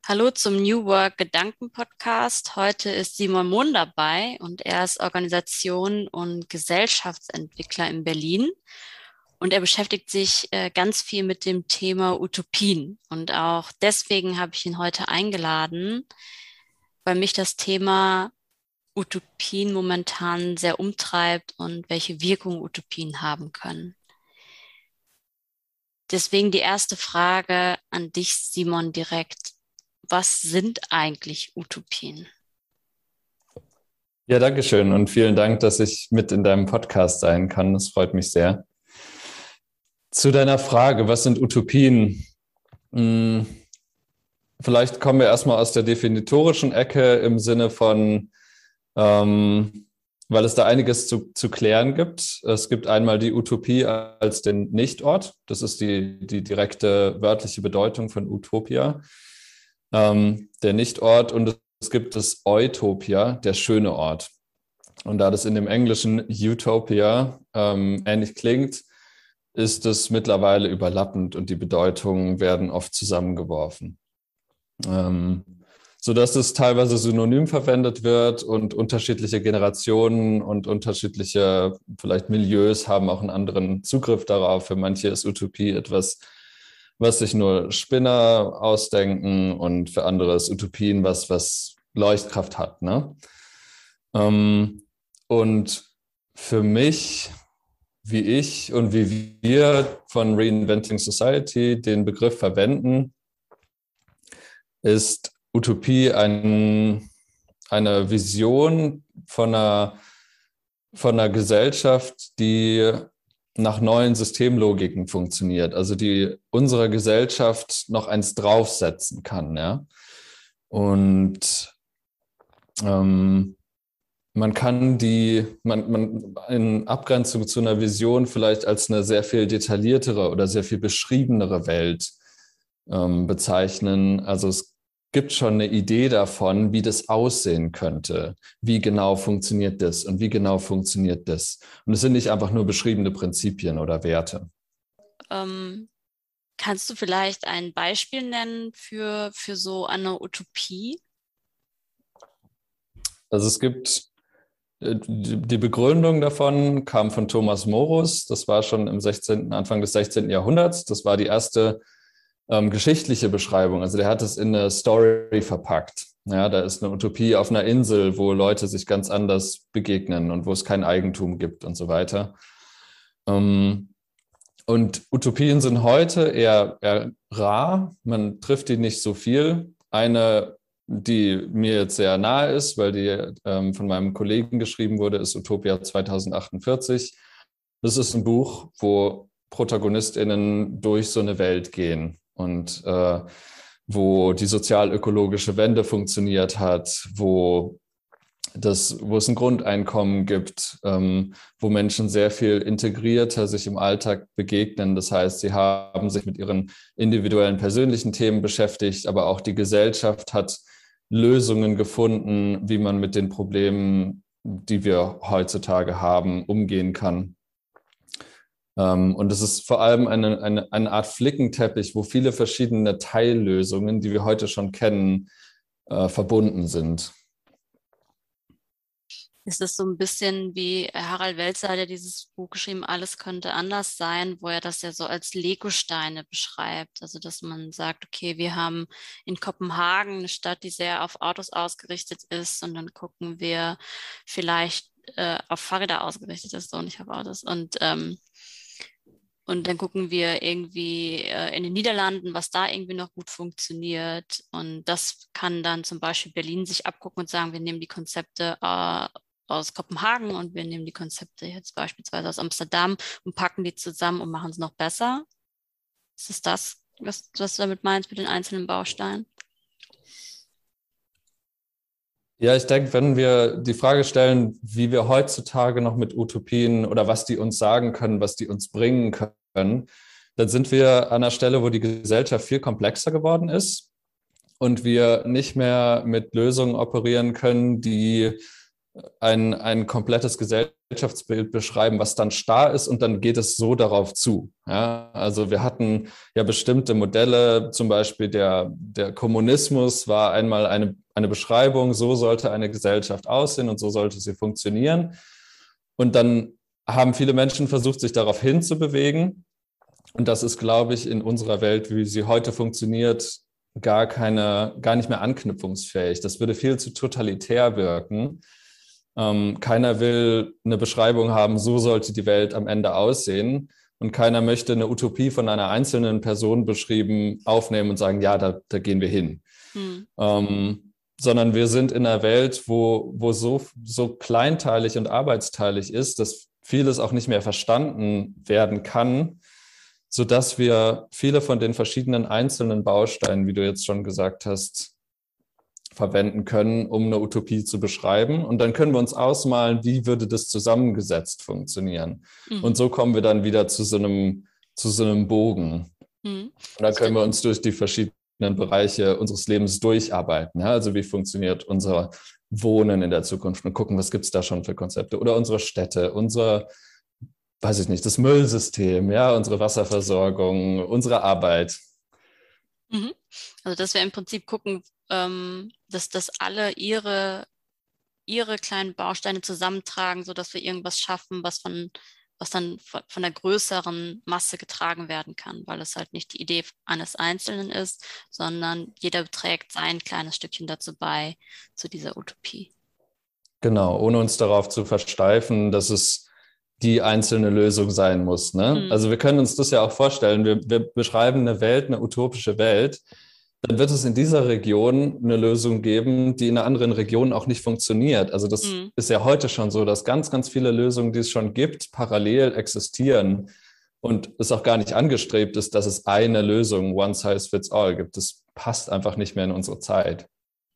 Hallo zum New Work Gedanken Podcast. Heute ist Simon Mohn dabei und er ist Organisation- und Gesellschaftsentwickler in Berlin. Und er beschäftigt sich ganz viel mit dem Thema Utopien. Und auch deswegen habe ich ihn heute eingeladen, weil mich das Thema Utopien momentan sehr umtreibt und welche Wirkung Utopien haben können. Deswegen die erste Frage an dich, Simon, direkt. Was sind eigentlich Utopien? Ja, danke schön und vielen Dank, dass ich mit in deinem Podcast sein kann. Das freut mich sehr. Zu deiner Frage, was sind Utopien? Hm, Vielleicht kommen wir erstmal aus der definitorischen Ecke im Sinne von, weil es da einiges zu klären gibt. Es gibt einmal die Utopie als den Nichtort. Das ist die direkte wörtliche Bedeutung von Utopia. Der Nichtort, und es gibt das Utopia, der schöne Ort. Und da das in dem Englischen Utopia ähnlich klingt, ist es mittlerweile überlappend und die Bedeutungen werden oft zusammengeworfen. Sodass es teilweise synonym verwendet wird und unterschiedliche Generationen und unterschiedliche vielleicht Milieus haben auch einen anderen Zugriff darauf. Für manche ist Utopie etwas, was sich nur Spinner ausdenken, und für andere ist Utopien was Leuchtkraft hat, ne? Und für mich, wie ich und wie wir von Reinventing Society den Begriff verwenden, ist Utopie eine Vision von einer Gesellschaft, die nach neuen Systemlogiken funktioniert, also die unserer Gesellschaft noch eins draufsetzen kann. Ja? Und man kann man in Abgrenzung zu einer Vision vielleicht als eine sehr viel detailliertere oder sehr viel beschriebenere Welt bezeichnen. Also es gibt schon eine Idee davon, wie das aussehen könnte. Wie genau funktioniert das und wie genau funktioniert das? Und es sind nicht einfach nur beschriebene Prinzipien oder Werte. Ähm, Kannst du vielleicht ein Beispiel nennen für so eine Utopie? Also es gibt die Begründung davon kam von Thomas Morus. Das war schon im Anfang des 16. Jahrhunderts. Das war die erste geschichtliche Beschreibung. Also der hat es in eine Story verpackt. Ja, da ist eine Utopie auf einer Insel, wo Leute sich ganz anders begegnen und wo es kein Eigentum gibt und so weiter. Und Utopien sind heute eher rar. Man trifft die nicht so viel. Eine, die mir jetzt sehr nahe ist, weil die von meinem Kollegen geschrieben wurde, ist Utopia 2048. Das ist ein Buch, wo ProtagonistInnen durch so eine Welt gehen und wo die sozial-ökologische Wende funktioniert hat, wo es ein Grundeinkommen gibt, wo Menschen sehr viel integrierter sich im Alltag begegnen. Das heißt, sie haben sich mit ihren individuellen persönlichen Themen beschäftigt, aber auch die Gesellschaft hat Lösungen gefunden, wie man mit den Problemen, die wir heutzutage haben, umgehen kann. Und es ist vor allem eine Art Flickenteppich, wo viele verschiedene Teillösungen, die wir heute schon kennen, verbunden sind. Ist es so ein bisschen wie Harald Welzer, der dieses Buch geschrieben, Alles könnte anders sein, wo er das ja so als Legosteine beschreibt. Also, dass man sagt, okay, wir haben in Kopenhagen eine Stadt, die sehr auf Autos ausgerichtet ist, und dann gucken wir vielleicht auf Fahrräder ausgerichtet ist, so nicht auf Autos. Und dann gucken wir irgendwie in den Niederlanden, was da irgendwie noch gut funktioniert. Und das kann dann zum Beispiel Berlin sich abgucken und sagen, wir nehmen die Konzepte aus Kopenhagen und wir nehmen die Konzepte jetzt beispielsweise aus Amsterdam und packen die zusammen und machen es noch besser. Ist es das, was du damit meinst mit den einzelnen Bausteinen? Ja, ich denke, wenn wir die Frage stellen, wie wir heutzutage noch mit Utopien oder was die uns sagen können, was die uns bringen können, dann sind wir an einer Stelle, wo die Gesellschaft viel komplexer geworden ist und wir nicht mehr mit Lösungen operieren können, die ein komplettes Gesellschaftsbild beschreiben, was dann starr ist und dann geht es so darauf zu. Ja, also wir hatten ja bestimmte Modelle, zum Beispiel der Kommunismus war einmal eine Beschreibung, so sollte eine Gesellschaft aussehen und so sollte sie funktionieren. Und dann haben viele Menschen versucht, sich darauf hinzubewegen. Und das ist, glaube ich, in unserer Welt, wie sie heute funktioniert, gar nicht mehr anknüpfungsfähig. Das würde viel zu totalitär wirken. Keiner will eine Beschreibung haben, so sollte die Welt am Ende aussehen. Und keiner möchte eine Utopie von einer einzelnen Person beschrieben aufnehmen und sagen, ja, da gehen wir hin. Sondern wir sind in einer Welt, wo so kleinteilig und arbeitsteilig ist, dass vieles auch nicht mehr verstanden werden kann, sodass wir viele von den verschiedenen einzelnen Bausteinen, wie du jetzt schon gesagt hast, verwenden können, um eine Utopie zu beschreiben. Und dann können wir uns ausmalen, wie würde das zusammengesetzt funktionieren. Und so kommen wir dann wieder zu so einem Bogen. Und dann können wir uns durch die verschiedenen Bereiche unseres Lebens durcharbeiten. Ja? Also wie funktioniert unser Wohnen in der Zukunft und gucken, was gibt es da schon für Konzepte. Oder unsere Städte, weiß ich nicht, das Müllsystem, ja, unsere Wasserversorgung, unsere Arbeit. Also dass wir im Prinzip gucken, dass alle ihre kleinen Bausteine zusammentragen, sodass wir irgendwas schaffen, was dann von der größeren Masse getragen werden kann, weil es halt nicht die Idee eines Einzelnen ist, sondern jeder trägt sein kleines Stückchen dazu bei, zu dieser Utopie. Genau, ohne uns darauf zu versteifen, dass es die einzelne Lösung sein muss. Ne? Also wir können uns das ja auch vorstellen, wir beschreiben eine Welt, eine utopische Welt, dann wird es in dieser Region eine Lösung geben, die in einer anderen Region auch nicht funktioniert. Also das ist ja heute schon so, dass ganz, ganz viele Lösungen, die es schon gibt, parallel existieren und es auch gar nicht angestrebt ist, dass es eine Lösung, one size fits all gibt. Das passt einfach nicht mehr in unsere Zeit.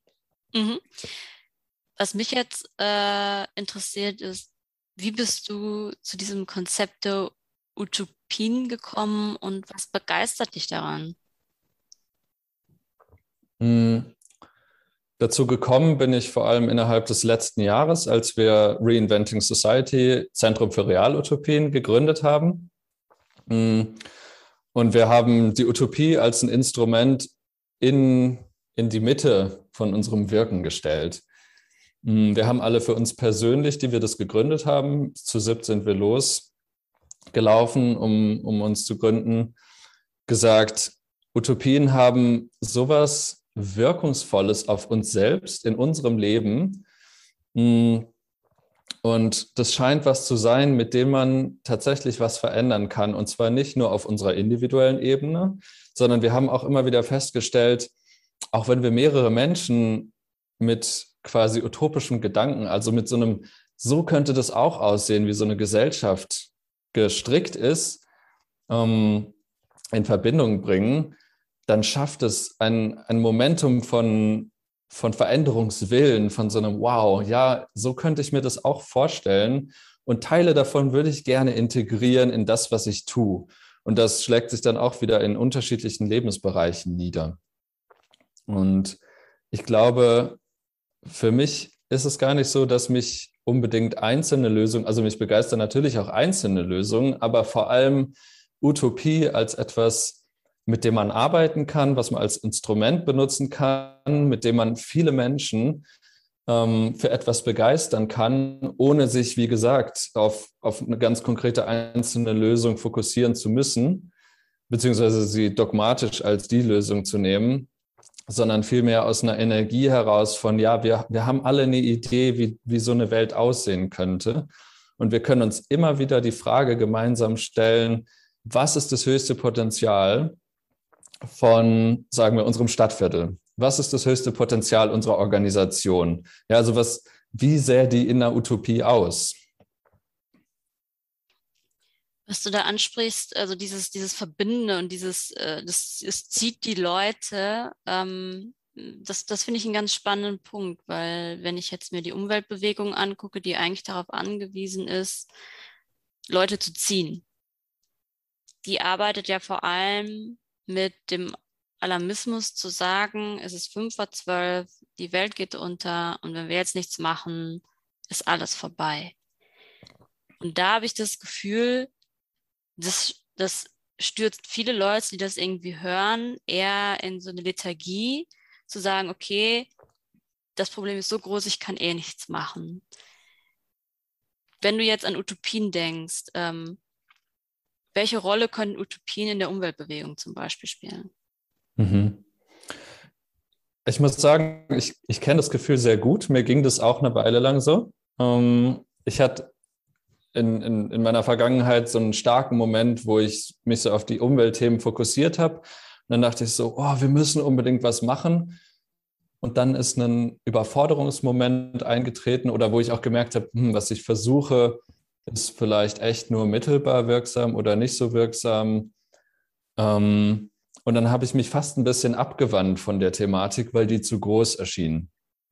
Was mich jetzt interessiert ist, wie bist du zu diesem Konzept der Utopien gekommen und was begeistert dich daran? Dazu gekommen bin ich vor allem innerhalb des letzten Jahres, als wir Reinventing Society, Zentrum für Realutopien, gegründet haben. Und wir haben die Utopie als ein Instrument in die Mitte von unserem Wirken gestellt. Wir haben alle für uns persönlich, die wir das gegründet haben, zu 7 sind wir losgelaufen, um uns zu gründen, gesagt, Utopien haben sowas Wirkungsvolles auf uns selbst in unserem Leben. Und das scheint was zu sein, mit dem man tatsächlich was verändern kann. Und zwar nicht nur auf unserer individuellen Ebene, sondern wir haben auch immer wieder festgestellt, auch wenn wir mehrere Menschen mit quasi utopischem Gedanken, also mit so könnte das auch aussehen, wie so eine Gesellschaft gestrickt ist, in Verbindung bringen, dann schafft es ein Momentum von Veränderungswillen, von so einem Wow, ja, so könnte ich mir das auch vorstellen und Teile davon würde ich gerne integrieren in das, was ich tue. Und das schlägt sich dann auch wieder in unterschiedlichen Lebensbereichen nieder. Und ich glaube, für mich ist es gar nicht so, dass mich unbedingt einzelne Lösungen, also mich begeistern natürlich auch einzelne Lösungen, aber vor allem Utopie als etwas, mit dem man arbeiten kann, was man als Instrument benutzen kann, mit dem man viele Menschen für etwas begeistern kann, ohne sich, wie gesagt, auf eine ganz konkrete einzelne Lösung fokussieren zu müssen, beziehungsweise sie dogmatisch als die Lösung zu nehmen, sondern vielmehr aus einer Energie heraus von, ja, wir haben alle eine Idee, wie so eine Welt aussehen könnte. Und wir können uns immer wieder die Frage gemeinsam stellen, was ist das höchste Potenzial von, sagen wir, unserem Stadtviertel? Was ist das höchste Potenzial unserer Organisation? Ja, also wie sähe die in der Utopie aus? Was du da ansprichst, also dieses Verbindende und das zieht die Leute, das finde ich einen ganz spannenden Punkt, weil wenn ich jetzt mir die Umweltbewegung angucke, die eigentlich darauf angewiesen ist, Leute zu ziehen, die arbeitet ja vor allem mit dem Alarmismus zu sagen, es ist 11:55, die Welt geht unter und wenn wir jetzt nichts machen, ist alles vorbei. Und da habe ich das Gefühl, das stürzt viele Leute, die das irgendwie hören, eher in so eine Lethargie, zu sagen, okay, das Problem ist so groß, ich kann eh nichts machen. Wenn du jetzt an Utopien denkst, welche Rolle können Utopien in der Umweltbewegung zum Beispiel spielen? Mhm. Ich muss sagen, ich kenne das Gefühl sehr gut. Mir ging das auch eine Weile lang so. Ich hatte in meiner Vergangenheit so einen starken Moment, wo ich mich so auf die Umweltthemen fokussiert habe. Und dann dachte ich so, oh, wir müssen unbedingt was machen. Und dann ist ein Überforderungsmoment eingetreten oder wo ich auch gemerkt habe, was ich versuche, ist vielleicht echt nur mittelbar wirksam oder nicht so wirksam. Und dann habe ich mich fast ein bisschen abgewandt von der Thematik, weil die zu groß erschien.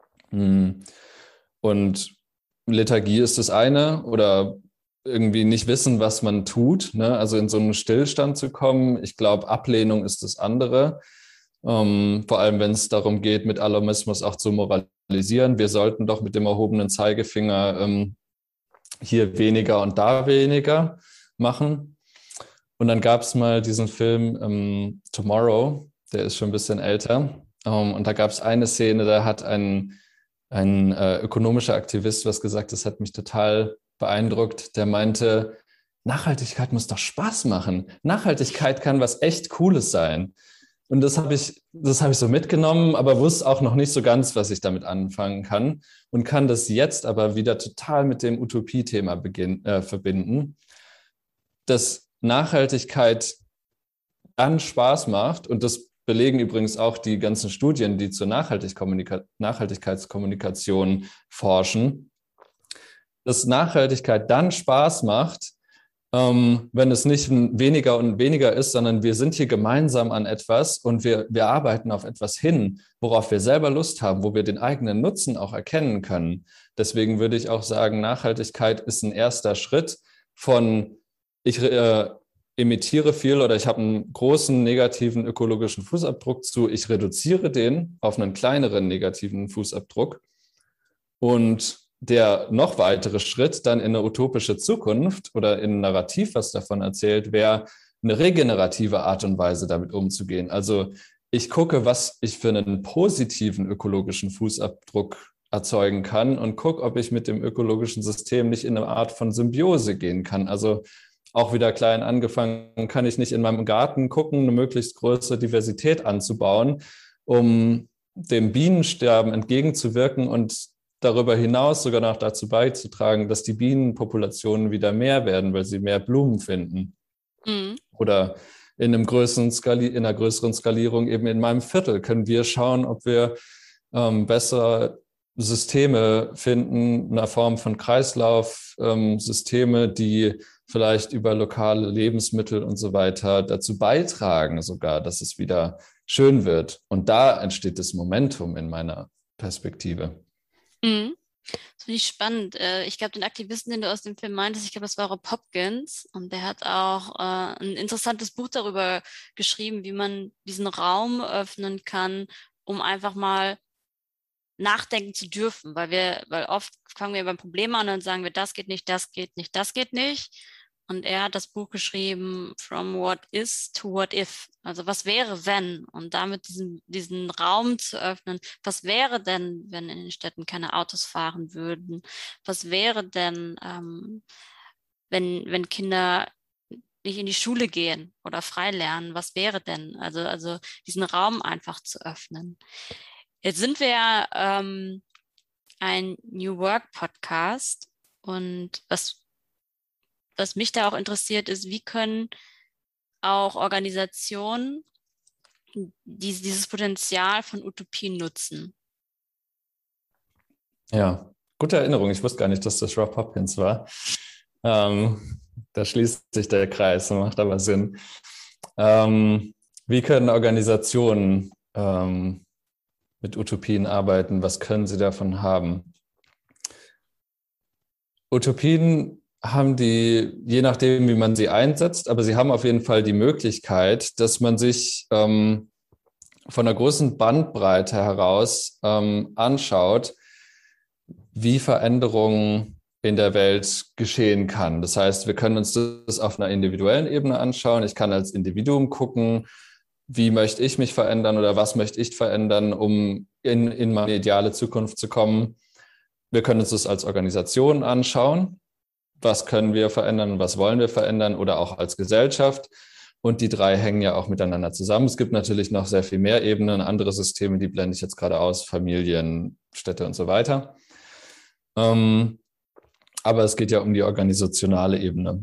Und Lethargie ist das eine oder irgendwie nicht wissen, was man tut, ne? Also in so einen Stillstand zu kommen. Ich glaube, Ablehnung ist das andere. Vor allem, wenn es darum geht, mit Alarmismus auch zu moralisieren. Wir sollten doch mit dem erhobenen Zeigefinger hier weniger und da weniger machen. Und dann gab es mal diesen Film Tomorrow, der ist schon ein bisschen älter. Und da gab es eine Szene, da hat ein ökonomischer Aktivist was gesagt, das hat mich total beeindruckt. Der meinte, Nachhaltigkeit muss doch Spaß machen. Nachhaltigkeit kann was echt Cooles sein. Und das hab ich so mitgenommen, aber wusste auch noch nicht so ganz, was ich damit anfangen kann und kann das jetzt aber wieder total mit dem Utopie-Thema verbinden, dass Nachhaltigkeit dann Spaß macht und das belegen übrigens auch die ganzen Studien, die zur Nachhaltigkeitskommunikation forschen, dass Nachhaltigkeit dann Spaß macht, wenn es nicht weniger und weniger ist, sondern wir sind hier gemeinsam an etwas und wir arbeiten auf etwas hin, worauf wir selber Lust haben, wo wir den eigenen Nutzen auch erkennen können. Deswegen würde ich auch sagen, Nachhaltigkeit ist ein erster Schritt von, ich emittiere viel oder ich habe einen großen negativen ökologischen Fußabdruck zu, ich reduziere den auf einen kleineren negativen Fußabdruck. Und der noch weitere Schritt dann in eine utopische Zukunft oder in ein Narrativ, was davon erzählt, wäre eine regenerative Art und Weise, damit umzugehen. Also ich gucke, was ich für einen positiven ökologischen Fußabdruck erzeugen kann und gucke, ob ich mit dem ökologischen System nicht in eine Art von Symbiose gehen kann. Also auch wieder klein angefangen, kann ich nicht in meinem Garten gucken, eine möglichst große Diversität anzubauen, um dem Bienensterben entgegenzuwirken und darüber hinaus sogar noch dazu beizutragen, dass die Bienenpopulationen wieder mehr werden, weil sie mehr Blumen finden. Mhm. Oder in einer größeren Skalierung eben in meinem Viertel können wir schauen, ob wir besser Systeme finden, in einer Form von Kreislaufsysteme, die vielleicht über lokale Lebensmittel und so weiter dazu beitragen sogar, dass es wieder schön wird. Und da entsteht das Momentum in meiner Perspektive. Mhm. Das finde ich spannend. Ich glaube, den Aktivisten, den du aus dem Film meintest, ich glaube, das war Rob Hopkins und der hat auch ein interessantes Buch darüber geschrieben, wie man diesen Raum öffnen kann, um einfach mal nachdenken zu dürfen, weil oft fangen wir beim Problem an und sagen wir, das geht nicht, das geht nicht, das geht nicht. Und er hat das Buch geschrieben, From What Is to What If. Also was wäre, wenn? Und damit diesen Raum zu öffnen. Was wäre denn, wenn in den Städten keine Autos fahren würden? Was wäre denn, wenn Kinder nicht in die Schule gehen oder frei lernen? Was wäre denn? Also diesen Raum einfach zu öffnen. Jetzt sind wir ja ein New Work Podcast und was mich da auch interessiert ist, wie können auch Organisationen dieses Potenzial von Utopien nutzen? Ja, gute Erinnerung. Ich wusste gar nicht, dass das Rob Hopkins war. Da schließt sich der Kreis, macht aber Sinn. Wie können Organisationen mit Utopien arbeiten? Was können sie davon haben? Utopien haben die, je nachdem, wie man sie einsetzt, aber sie haben auf jeden Fall die Möglichkeit, dass man sich von einer großen Bandbreite heraus anschaut, wie Veränderungen in der Welt geschehen kann. Das heißt, wir können uns das auf einer individuellen Ebene anschauen. Ich kann als Individuum gucken, wie möchte ich mich verändern oder was möchte ich verändern, um in meine ideale Zukunft zu kommen. Wir können uns das als Organisation anschauen. Was können wir verändern und was wollen wir verändern oder auch als Gesellschaft. Und die drei hängen ja auch miteinander zusammen. Es gibt natürlich noch sehr viel mehr Ebenen, andere Systeme, die blende ich jetzt gerade aus, Familien, Städte und so weiter. Aber es geht ja um die organisationale Ebene.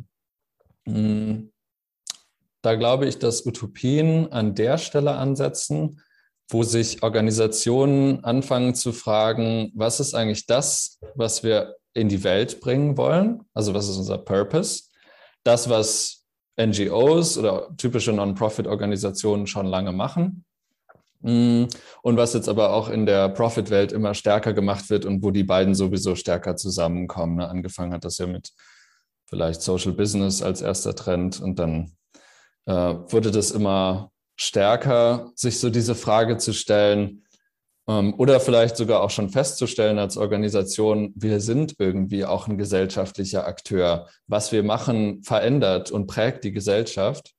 Da glaube ich, dass Utopien an der Stelle ansetzen, wo sich Organisationen anfangen zu fragen, was ist eigentlich das, was wir in die Welt bringen wollen? Also was ist unser Purpose? Das, was NGOs oder typische Non-Profit-Organisationen schon lange machen. Und was jetzt aber auch in der Profit-Welt immer stärker gemacht wird und wo die beiden sowieso stärker zusammenkommen. Angefangen hat das ja mit vielleicht Social Business als erster Trend und dann wurde das immer stärker, sich so diese Frage zu stellen oder vielleicht sogar auch schon festzustellen als Organisation, wir sind irgendwie auch ein gesellschaftlicher Akteur. Was wir machen, verändert und prägt die Gesellschaft.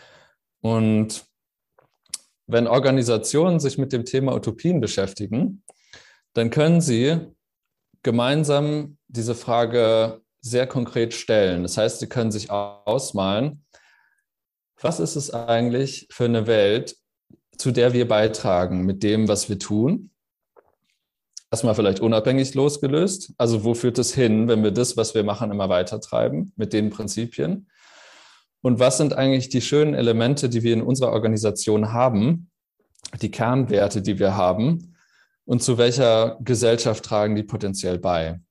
Und wenn Organisationen sich mit dem Thema Utopien beschäftigen, dann können sie gemeinsam diese Frage sehr konkret stellen. Das heißt, sie können sich ausmalen, was ist es eigentlich für eine Welt, zu der wir beitragen mit dem, was wir tun? Erstmal vielleicht unabhängig losgelöst. Also wo führt es hin, wenn wir das, was wir machen, immer weiter treiben mit den Prinzipien? Und was sind eigentlich die schönen Elemente, die wir in unserer Organisation haben, die Kernwerte, die wir haben und zu welcher Gesellschaft tragen die potenziell bei?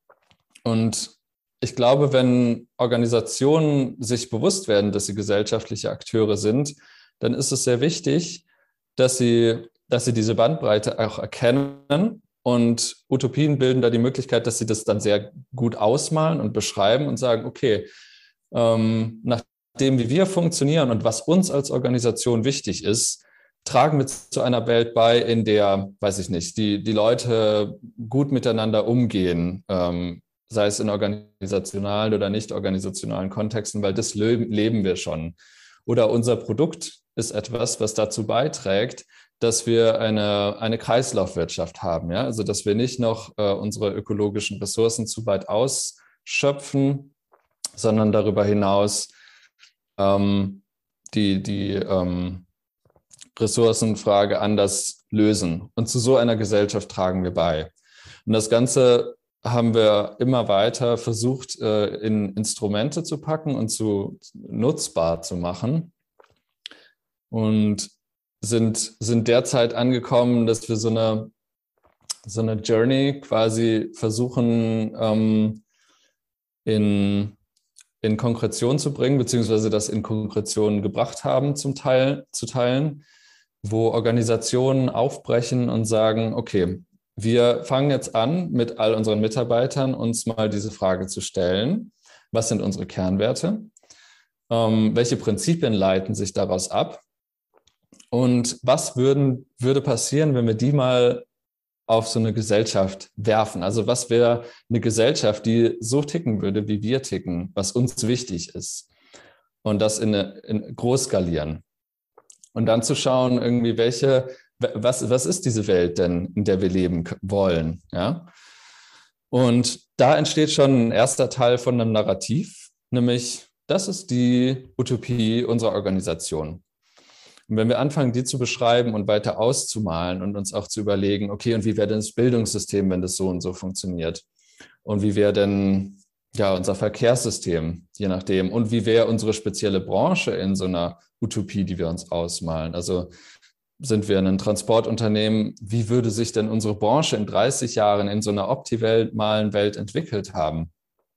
Und ich glaube, wenn Organisationen sich bewusst werden, dass sie gesellschaftliche Akteure sind, dann ist es sehr wichtig, dass sie diese Bandbreite auch erkennen. Und Utopien bilden da die Möglichkeit, dass sie das dann sehr gut ausmalen und beschreiben und sagen, okay, nach dem, wie wir funktionieren und was uns als Organisation wichtig ist, tragen wir zu einer Welt bei, in der, weiß ich nicht, die Leute gut miteinander umgehen, sei es in organisationalen oder nicht organisationalen Kontexten, weil das leben wir schon. Oder unser Produkt ist etwas, was dazu beiträgt, dass wir eine Kreislaufwirtschaft haben. Ja? Also dass wir nicht noch unsere ökologischen Ressourcen zu weit ausschöpfen, sondern darüber hinaus die Ressourcenfrage anders lösen. Und zu so einer Gesellschaft tragen wir bei. Und das Ganze haben wir immer weiter versucht, in Instrumente zu packen und nutzbar zu machen. Und sind derzeit angekommen, dass wir so eine Journey quasi versuchen, in Konkretion zu bringen, beziehungsweise das in Konkretion gebracht haben zu teilen, wo Organisationen aufbrechen und sagen, okay, wir fangen jetzt an, mit all unseren Mitarbeitern uns mal diese Frage zu stellen. Was sind unsere Kernwerte? Welche Prinzipien leiten sich daraus ab? Und was würde passieren, wenn wir die mal auf so eine Gesellschaft werfen? Also was wäre eine Gesellschaft, die so ticken würde, wie wir ticken, was uns wichtig ist? Und das in groß skalieren. Und dann zu schauen, irgendwie, was ist diese Welt denn, in der wir leben wollen? Ja? Und da entsteht schon ein erster Teil von einem Narrativ, nämlich, das ist die Utopie unserer Organisation. Und wenn wir anfangen, die zu beschreiben und weiter auszumalen und uns auch zu überlegen, okay, und wie wäre denn das Bildungssystem, wenn das so und so funktioniert? Und wie wäre denn unser Verkehrssystem, je nachdem? Und wie wäre unsere spezielle Branche in so einer Utopie, die wir uns ausmalen? Also sind wir ein Transportunternehmen? Wie würde sich denn unsere Branche in 30 Jahren in so einer optimalen Welt entwickelt haben?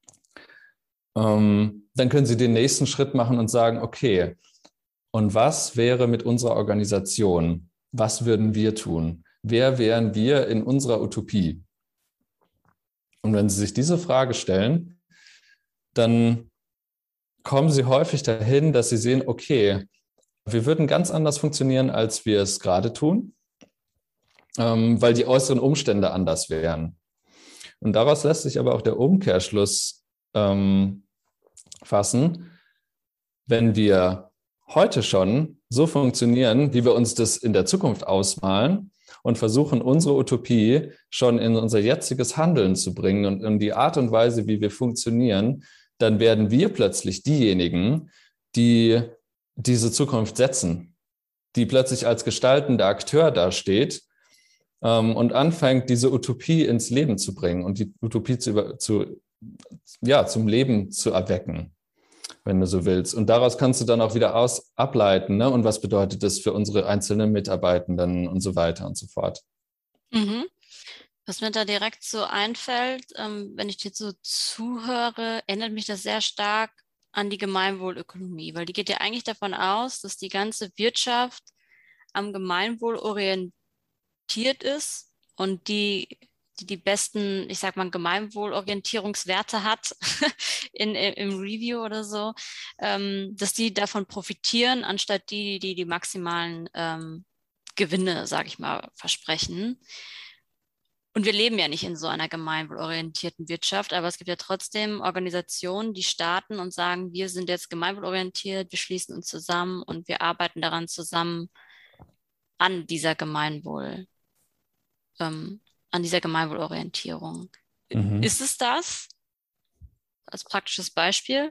Dann können Sie den nächsten Schritt machen und sagen, okay, und was wäre mit unserer Organisation? Was würden wir tun? Wer wären wir in unserer Utopie? Und wenn Sie sich diese Frage stellen, dann kommen Sie häufig dahin, dass Sie sehen, okay, wir würden ganz anders funktionieren, als wir es gerade tun, weil die äußeren Umstände anders wären. Und daraus lässt sich aber auch der Umkehrschluss fassen, wenn wir heute schon so funktionieren, wie wir uns das in der Zukunft ausmalen und versuchen, unsere Utopie schon in unser jetziges Handeln zu bringen und in die Art und Weise, wie wir funktionieren, dann werden wir plötzlich diejenigen, die diese Zukunft setzen, die plötzlich als gestaltender Akteur dasteht und anfängt, diese Utopie ins Leben zu bringen und die Utopie zum Leben zu erwecken, wenn du so willst. Und daraus kannst du dann auch wieder ableiten, ne? Und was bedeutet das für unsere einzelnen Mitarbeitenden und so weiter und so fort. Mhm. Was mir da direkt so einfällt, wenn ich dir so zuhöre, erinnert mich das sehr stark an die Gemeinwohlökonomie, weil die geht ja eigentlich davon aus, dass die ganze Wirtschaft am Gemeinwohl orientiert ist und die besten, ich sag mal, Gemeinwohlorientierungswerte hat im Review oder so, dass die davon profitieren, anstatt die maximalen Gewinne, sage ich mal, versprechen. Und wir leben ja nicht in so einer gemeinwohlorientierten Wirtschaft, aber es gibt ja trotzdem Organisationen, die starten und sagen, wir sind jetzt gemeinwohlorientiert, wir schließen uns zusammen und wir arbeiten daran zusammen an dieser an dieser Gemeinwohlorientierung. Mhm. Ist es das als praktisches Beispiel?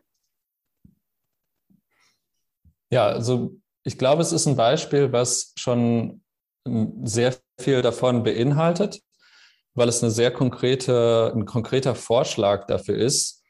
Ja, also ich glaube, es ist ein Beispiel, was schon sehr viel davon beinhaltet, weil es ein konkreter Vorschlag dafür ist,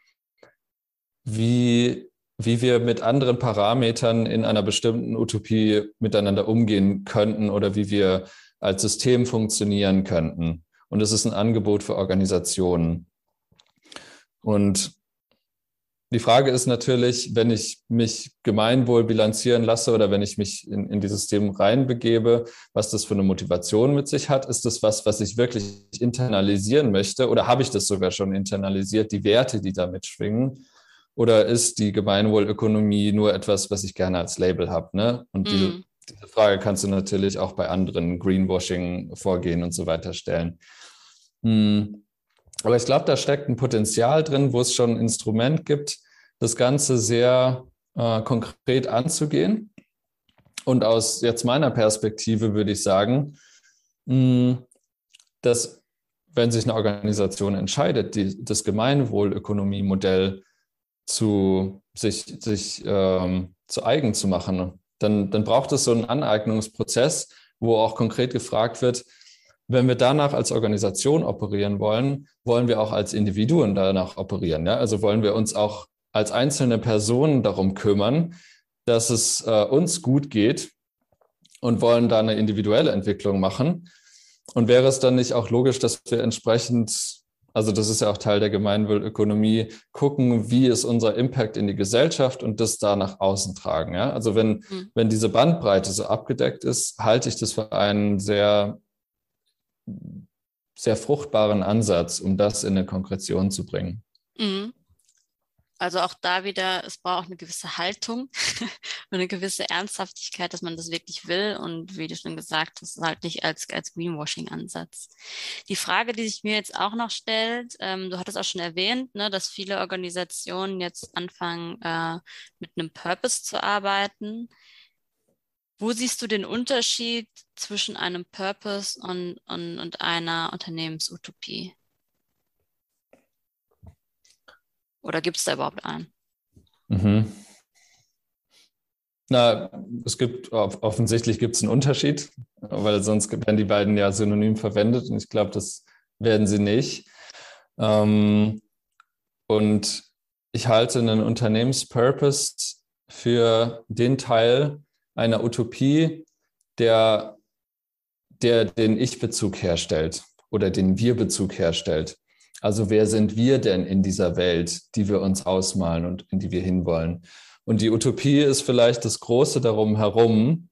wie wir mit anderen Parametern in einer bestimmten Utopie miteinander umgehen könnten oder wie wir als System funktionieren könnten. Und es ist ein Angebot für Organisationen. Und die Frage ist natürlich, wenn ich mich Gemeinwohl bilanzieren lasse oder wenn ich mich in dieses System reinbegebe, was das für eine Motivation mit sich hat. Ist das was ich wirklich internalisieren möchte oder habe ich das sogar schon internalisiert, die Werte, die da mitschwingen? Oder ist die Gemeinwohlökonomie nur etwas, was ich gerne als Label habe? Ne? Und diese Frage kannst du natürlich auch bei anderen Greenwashing-Vorgehen und so weiter stellen. Aber ich glaube, da steckt ein Potenzial drin, wo es schon ein Instrument gibt, das Ganze sehr konkret anzugehen. Und aus jetzt meiner Perspektive würde ich sagen, dass wenn sich eine Organisation entscheidet, das Gemeinwohlökonomie-Modell sich zu eigen zu machen, dann braucht es so einen Aneignungsprozess, wo auch konkret gefragt wird, wenn wir danach als Organisation operieren wollen, wollen wir auch als Individuen danach operieren. Ja? Also wollen wir uns auch als einzelne Personen darum kümmern, dass es uns gut geht und wollen da eine individuelle Entwicklung machen. Und wäre es dann nicht auch logisch, dass wir entsprechend, also das ist ja auch Teil der Gemeinwohlökonomie, gucken, wie ist unser Impact in die Gesellschaft und das da nach außen tragen. Ja? Also wenn diese Bandbreite so abgedeckt ist, halte ich das für einen sehr, sehr fruchtbaren Ansatz, um das in eine Konkretion zu bringen. Mhm. Also auch da wieder, es braucht eine gewisse Haltung und eine gewisse Ernsthaftigkeit, dass man das wirklich will und wie du schon gesagt hast, halt nicht als Greenwashing-Ansatz. Die Frage, die sich mir jetzt auch noch stellt, du hattest auch schon erwähnt, ne, dass viele Organisationen jetzt anfangen, mit einem Purpose zu arbeiten. Wo siehst du den Unterschied zwischen einem Purpose und einer Unternehmensutopie? Oder gibt es da überhaupt einen? Mhm. Na, offensichtlich gibt es einen Unterschied, weil sonst werden die beiden ja synonym verwendet und ich glaube, das werden sie nicht. Und ich halte einen Unternehmenspurpose für den Teil einer Utopie, der den Ich-Bezug herstellt oder den Wir-Bezug herstellt. Also wer sind wir denn in dieser Welt, die wir uns ausmalen und in die wir hinwollen? Und die Utopie ist vielleicht das Große darum herum,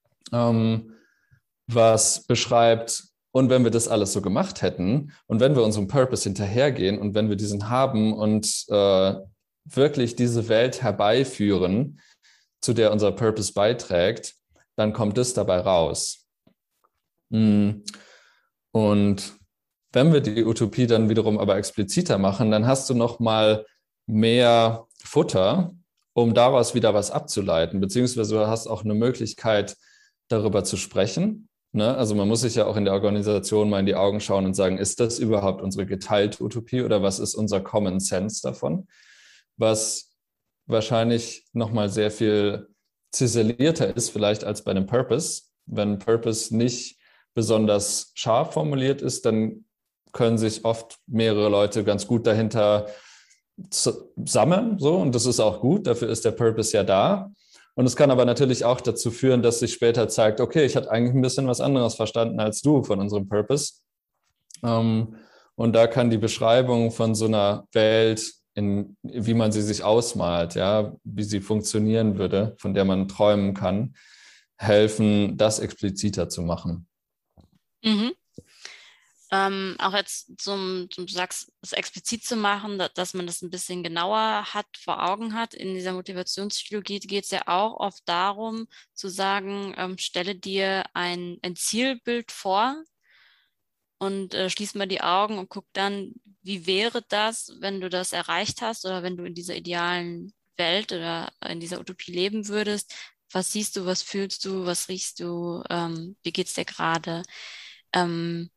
was beschreibt, und wenn wir das alles so gemacht hätten und wenn wir unserem Purpose hinterhergehen und wenn wir diesen haben und wirklich diese Welt herbeiführen, zu der unser Purpose beiträgt, dann kommt es dabei raus. Und wenn wir die Utopie dann wiederum aber expliziter machen, dann hast du noch mal mehr Futter, um daraus wieder was abzuleiten, beziehungsweise du hast auch eine Möglichkeit, darüber zu sprechen. Ne? Also man muss sich ja auch in der Organisation mal in die Augen schauen und sagen, ist das überhaupt unsere geteilte Utopie oder was ist unser Common Sense davon? Was wahrscheinlich nochmal sehr viel ziselierter ist vielleicht als bei einem Purpose. Wenn Purpose nicht besonders scharf formuliert ist, dann können sich oft mehrere Leute ganz gut dahinter sammeln, so, und das ist auch gut, dafür ist der Purpose ja da. Und es kann aber natürlich auch dazu führen, dass sich später zeigt, okay, ich hatte eigentlich ein bisschen was anderes verstanden als du von unserem Purpose. Und da kann die Beschreibung von so einer Welt, wie man sie sich ausmalt, ja, wie sie funktionieren würde, von der man träumen kann, helfen, das expliziter zu machen. Mhm. Auch jetzt du sagst, es explizit zu machen, dass man das ein bisschen genauer hat, vor Augen hat. In dieser Motivationspsychologie geht es ja auch oft darum, zu sagen, stelle dir ein Zielbild vor und schließ mal die Augen und guck dann, wie wäre das, wenn du das erreicht hast oder wenn du in dieser idealen Welt oder in dieser Utopie leben würdest. Was siehst du, was fühlst du, was riechst du, wie geht's dir gerade? Ähm,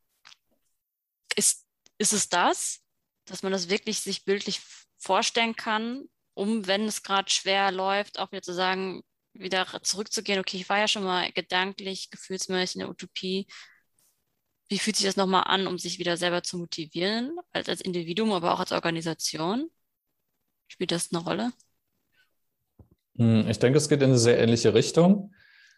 ist es das, dass man das wirklich sich bildlich vorstellen kann, um, wenn es gerade schwer läuft, auch wieder zu sagen, wieder zurückzugehen, okay, ich war ja schon mal gedanklich, gefühlsmäßig in der Utopie. Wie fühlt sich das nochmal an, um sich wieder selber zu motivieren, als Individuum, aber auch als Organisation? Spielt das eine Rolle? Ich denke, es geht in eine sehr ähnliche Richtung.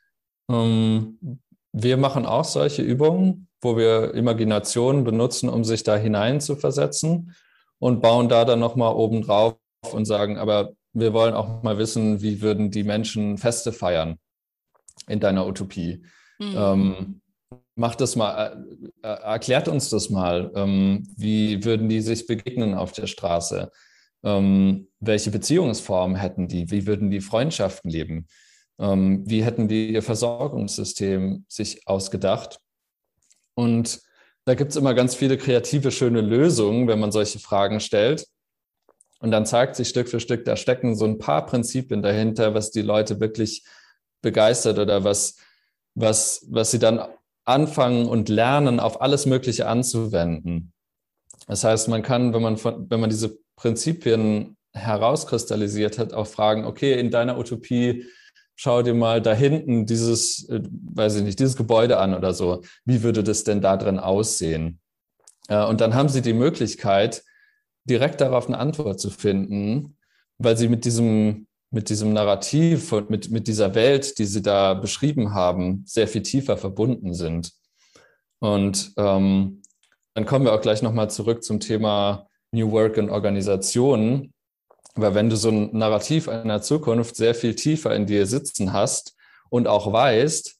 Wir machen auch solche Übungen, wo wir Imagination benutzen, um sich da hinein zu versetzen, und bauen da dann nochmal oben drauf und sagen, aber wir wollen auch mal wissen, wie würden die Menschen Feste feiern in deiner Utopie. Macht das mal, erklärt uns das mal. Wie würden die sich begegnen auf der Straße? Welche Beziehungsformen hätten die? Wie würden die Freundschaften leben? Wie hätten die ihr Versorgungssystem sich ausgedacht? Und da gibt es immer ganz viele kreative, schöne Lösungen, wenn man solche Fragen stellt. Und dann zeigt sich Stück für Stück, da stecken so ein paar Prinzipien dahinter, was die Leute wirklich begeistert oder was sie dann anfangen und lernen, auf alles Mögliche anzuwenden. Das heißt, man kann, wenn man diese Prinzipien herauskristallisiert hat, auch fragen, okay, in deiner Utopie schau dir mal da hinten dieses, weiß ich nicht, dieses Gebäude an oder so. Wie würde das denn da drin aussehen? Und dann haben sie die Möglichkeit, direkt darauf eine Antwort zu finden, weil sie mit diesem Narrativ und mit dieser Welt, die sie da beschrieben haben, sehr viel tiefer verbunden sind. Und dann kommen wir auch gleich nochmal zurück zum Thema New Work und Organisationen. Weil wenn du so ein Narrativ einer Zukunft sehr viel tiefer in dir sitzen hast und auch weißt,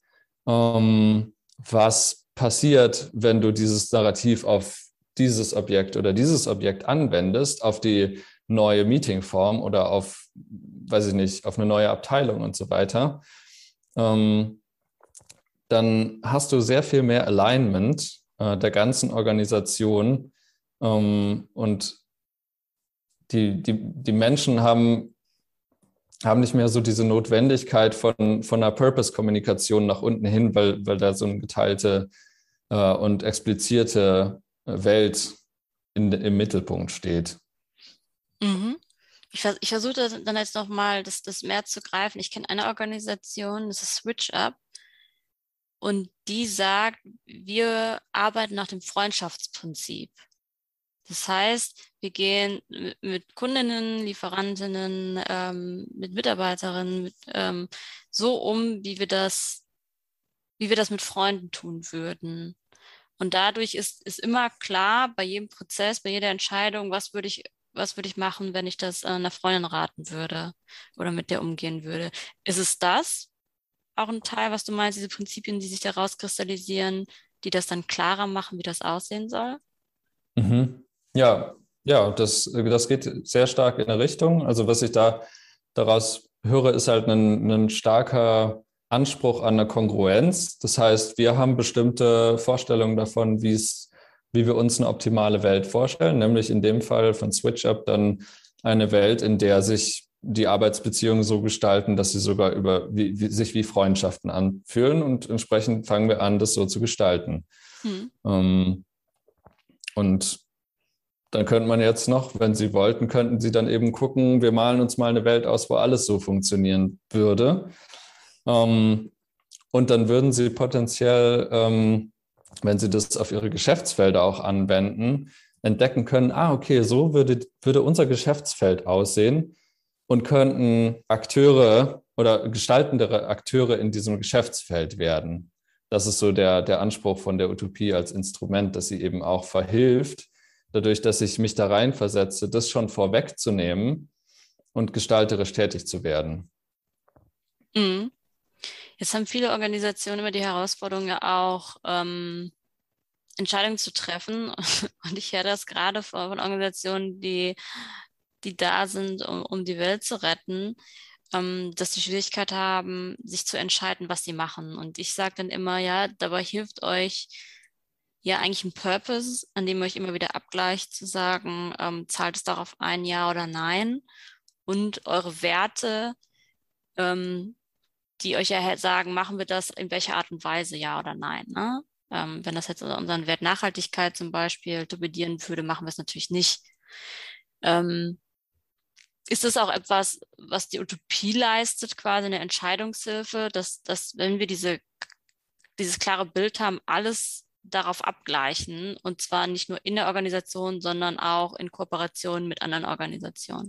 was passiert, wenn du dieses Narrativ auf dieses Objekt oder dieses Objekt anwendest, auf die neue Meetingform oder auf, weiß ich nicht, auf eine neue Abteilung und so weiter, dann hast du sehr viel mehr Alignment der ganzen Organisation, und die Menschen haben nicht mehr so diese Notwendigkeit von einer Purpose-Kommunikation nach unten hin, weil da so eine geteilte und explizierte Welt im Mittelpunkt steht. Mhm. Ich versuche dann jetzt nochmal das mehr zu greifen. Ich kenne eine Organisation, das ist SwitchUp, und die sagt, wir arbeiten nach dem Freundschaftsprinzip. Das heißt, wir gehen mit Kundinnen, Lieferantinnen, mit Mitarbeiterinnen so um, wie wir das mit Freunden tun würden. Und dadurch ist immer klar, bei jedem Prozess, bei jeder Entscheidung, was würde ich machen, wenn ich das einer Freundin raten würde oder mit der umgehen würde. Ist es das auch ein Teil, was du meinst, diese Prinzipien, die sich da rauskristallisieren, die das dann klarer machen, wie das aussehen soll? Mhm. Ja, das geht sehr stark in eine Richtung. Also was ich daraus höre, ist halt ein starker Anspruch an eine Kongruenz. Das heißt, wir haben bestimmte Vorstellungen davon, wie es wie wir uns eine optimale Welt vorstellen, nämlich in dem Fall von SwitchUp dann eine Welt, in der sich die Arbeitsbeziehungen so gestalten, dass sie sogar sich wie Freundschaften anfühlen, und entsprechend fangen wir an, das so zu gestalten. Und dann könnte man jetzt noch, wenn Sie wollten, könnten Sie dann eben gucken, wir malen uns mal eine Welt aus, wo alles so funktionieren würde. Und dann würden Sie potenziell, wenn Sie das auf Ihre Geschäftsfelder auch anwenden, entdecken können, okay, so würde unser Geschäftsfeld aussehen, und könnten Akteure oder gestaltendere Akteure in diesem Geschäftsfeld werden. Das ist so der Anspruch von der Utopie als Instrument, dass sie eben auch verhilft, dadurch, dass ich mich da reinversetze, das schon vorwegzunehmen und gestalterisch tätig zu werden. Mhm. Jetzt haben viele Organisationen immer die Herausforderung ja auch, Entscheidungen zu treffen. Und ich höre das gerade von Organisationen, die da sind, um die Welt zu retten, dass die Schwierigkeit haben, sich zu entscheiden, was sie machen. Und ich sage dann immer, ja, dabei hilft euch ja eigentlich ein Purpose, an dem ihr euch immer wieder abgleicht, zu sagen, zahlt es darauf ein, ja oder nein? Und eure Werte, die euch ja sagen, machen wir das in welcher Art und Weise, ja oder nein, ne? Wenn das jetzt unseren Wert Nachhaltigkeit zum Beispiel torpedieren würde, machen wir es natürlich nicht. Ist das auch etwas, was die Utopie leistet, quasi eine Entscheidungshilfe, dass wenn wir dieses klare Bild haben, alles darauf abgleichen, und zwar nicht nur in der Organisation, sondern auch in Kooperation mit anderen Organisationen?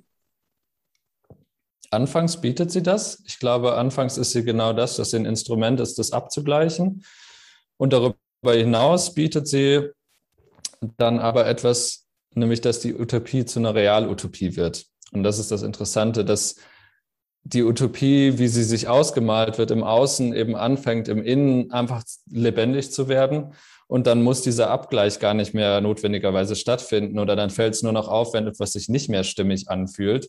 Anfangs bietet sie das. Ich glaube, anfangs ist sie genau das, dass sie ein Instrument ist, das abzugleichen. Und darüber hinaus bietet sie dann aber etwas, nämlich dass die Utopie zu einer Realutopie wird. Und das ist das Interessante, dass die Utopie, wie sie sich ausgemalt wird, im Außen eben anfängt, im Innen einfach lebendig zu werden. Und dann muss dieser Abgleich gar nicht mehr notwendigerweise stattfinden, oder dann fällt es nur noch auf, wenn etwas sich nicht mehr stimmig anfühlt,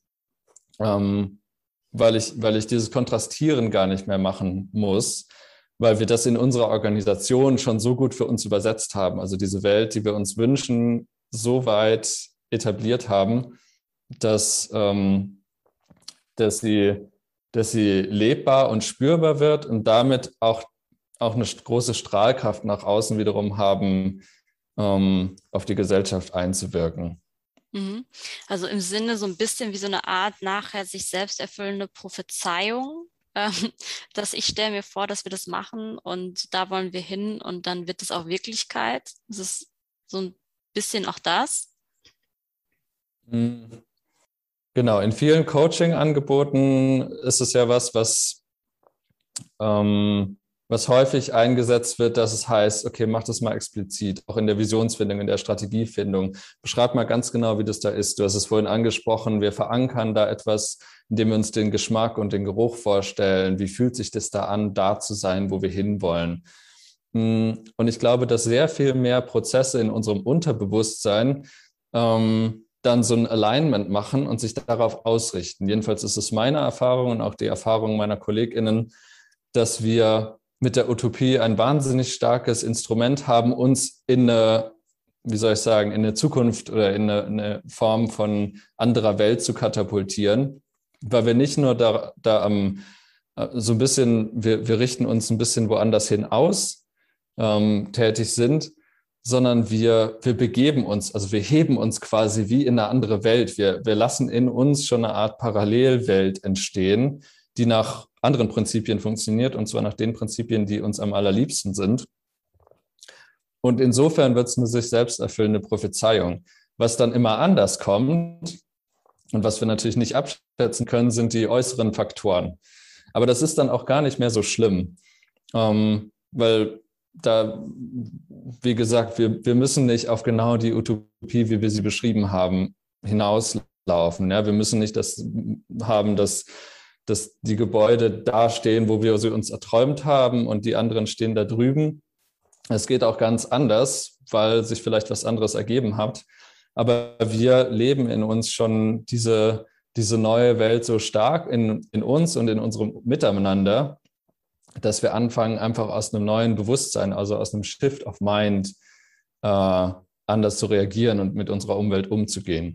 weil ich dieses Kontrastieren gar nicht mehr machen muss, weil wir das in unserer Organisation schon so gut für uns übersetzt haben. Also diese Welt, die wir uns wünschen, so weit etabliert haben, dass sie lebbar und spürbar wird und damit auch eine große Strahlkraft nach außen wiederum haben, auf die Gesellschaft einzuwirken. Also im Sinne so ein bisschen wie so eine Art nachher sich selbst erfüllende Prophezeiung, dass ich stelle mir vor, dass wir das machen und da wollen wir hin und dann wird es auch Wirklichkeit. Das ist so ein bisschen auch das. Genau, in vielen Coaching-Angeboten ist es ja was häufig eingesetzt wird, dass es heißt, okay, mach das mal explizit, auch in der Visionsfindung, in der Strategiefindung. Beschreib mal ganz genau, wie das da ist. Du hast es vorhin angesprochen, wir verankern da etwas, indem wir uns den Geschmack und den Geruch vorstellen. Wie fühlt sich das da an, da zu sein, wo wir hinwollen? Und ich glaube, dass sehr viel mehr Prozesse in unserem Unterbewusstsein dann so ein Alignment machen und sich darauf ausrichten. Jedenfalls ist es meine Erfahrung und auch die Erfahrung meiner KollegInnen, dass wir mit der Utopie ein wahnsinnig starkes Instrument haben, uns in eine, wie soll ich sagen, in eine Zukunft oder in eine Form von anderer Welt zu katapultieren, weil wir nicht nur da so ein bisschen, wir richten uns ein bisschen woanders hin aus, tätig sind, sondern wir begeben uns, also wir heben uns quasi wie in eine andere Welt. Wir lassen in uns schon eine Art Parallelwelt entstehen, die nach anderen Prinzipien funktioniert, und zwar nach den Prinzipien, die uns am allerliebsten sind. Und insofern wird es eine sich selbst erfüllende Prophezeiung. Was dann immer anders kommt und was wir natürlich nicht abschätzen können, sind die äußeren Faktoren. Aber das ist dann auch gar nicht mehr so schlimm, weil da, wie gesagt, wir müssen nicht auf genau die Utopie, wie wir sie beschrieben haben, hinauslaufen. Ja? Wir müssen nicht das haben, dass die Gebäude da stehen, wo wir sie uns erträumt haben, und die anderen stehen da drüben. Es geht auch ganz anders, weil sich vielleicht was anderes ergeben hat. Aber wir leben in uns schon diese neue Welt so stark in uns und in unserem Miteinander, dass wir anfangen, einfach aus einem neuen Bewusstsein, also aus einem Shift of Mind, anders zu reagieren und mit unserer Umwelt umzugehen.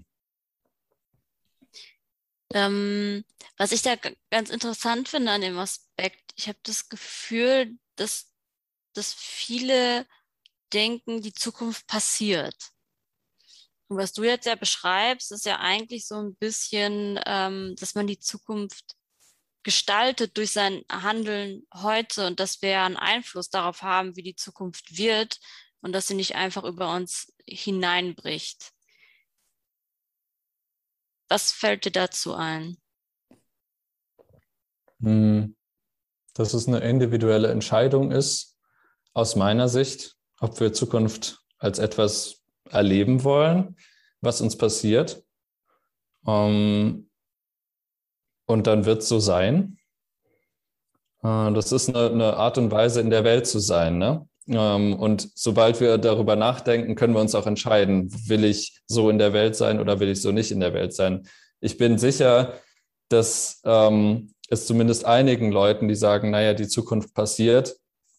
Was ich da ganz interessant finde an dem Aspekt, ich habe das Gefühl, dass viele denken, die Zukunft passiert. Und was du jetzt ja beschreibst, ist ja eigentlich so ein bisschen, dass man die Zukunft gestaltet durch sein Handeln heute und dass wir einen Einfluss darauf haben, wie die Zukunft wird und dass sie nicht einfach über uns hineinbricht. Was fällt dir dazu ein? Dass es eine individuelle Entscheidung ist, aus meiner Sicht, ob wir Zukunft als etwas erleben wollen, was uns passiert. Und dann wird es so sein. Das ist eine Art und Weise, in der Welt zu sein, ne? Und sobald wir darüber nachdenken, können wir uns auch entscheiden, will ich so in der Welt sein oder will ich so nicht in der Welt sein. Ich bin sicher, dass es zumindest einigen Leuten, die sagen, naja, die Zukunft passiert,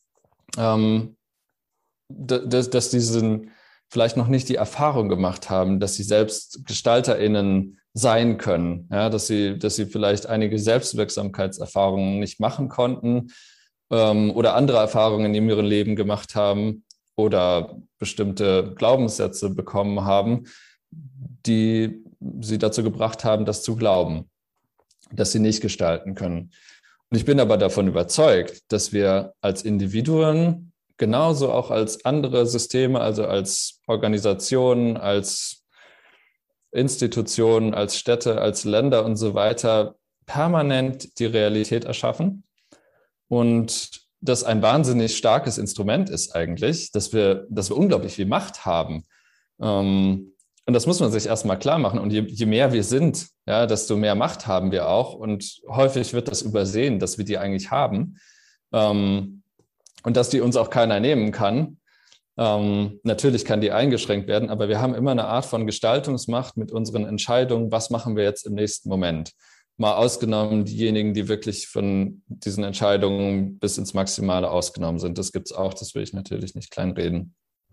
dass die vielleicht noch nicht die Erfahrung gemacht haben, dass sie selbst GestalterInnen sein können, ja, dass sie vielleicht einige Selbstwirksamkeitserfahrungen nicht machen konnten oder andere Erfahrungen in ihrem Leben gemacht haben oder bestimmte Glaubenssätze bekommen haben, die sie dazu gebracht haben, das zu glauben, dass sie nicht gestalten können. Und ich bin aber davon überzeugt, dass wir als Individuen genauso auch als andere Systeme, also als Organisationen, als Institutionen, als Städte, als Länder und so weiter permanent die Realität erschaffen und das ein wahnsinnig starkes Instrument ist eigentlich, dass wir unglaublich viel Macht haben. Und das muss man sich erstmal klar machen. Und je mehr wir sind, ja, desto mehr Macht haben wir auch. Und häufig wird das übersehen, dass wir die eigentlich haben. Und dass die uns auch keiner nehmen kann. Natürlich kann die eingeschränkt werden, aber wir haben immer eine Art von Gestaltungsmacht mit unseren Entscheidungen. Was machen wir jetzt im nächsten Moment? Mal ausgenommen diejenigen, die wirklich von diesen Entscheidungen bis ins Maximale ausgenommen sind. Das gibt es auch, das will ich natürlich nicht kleinreden.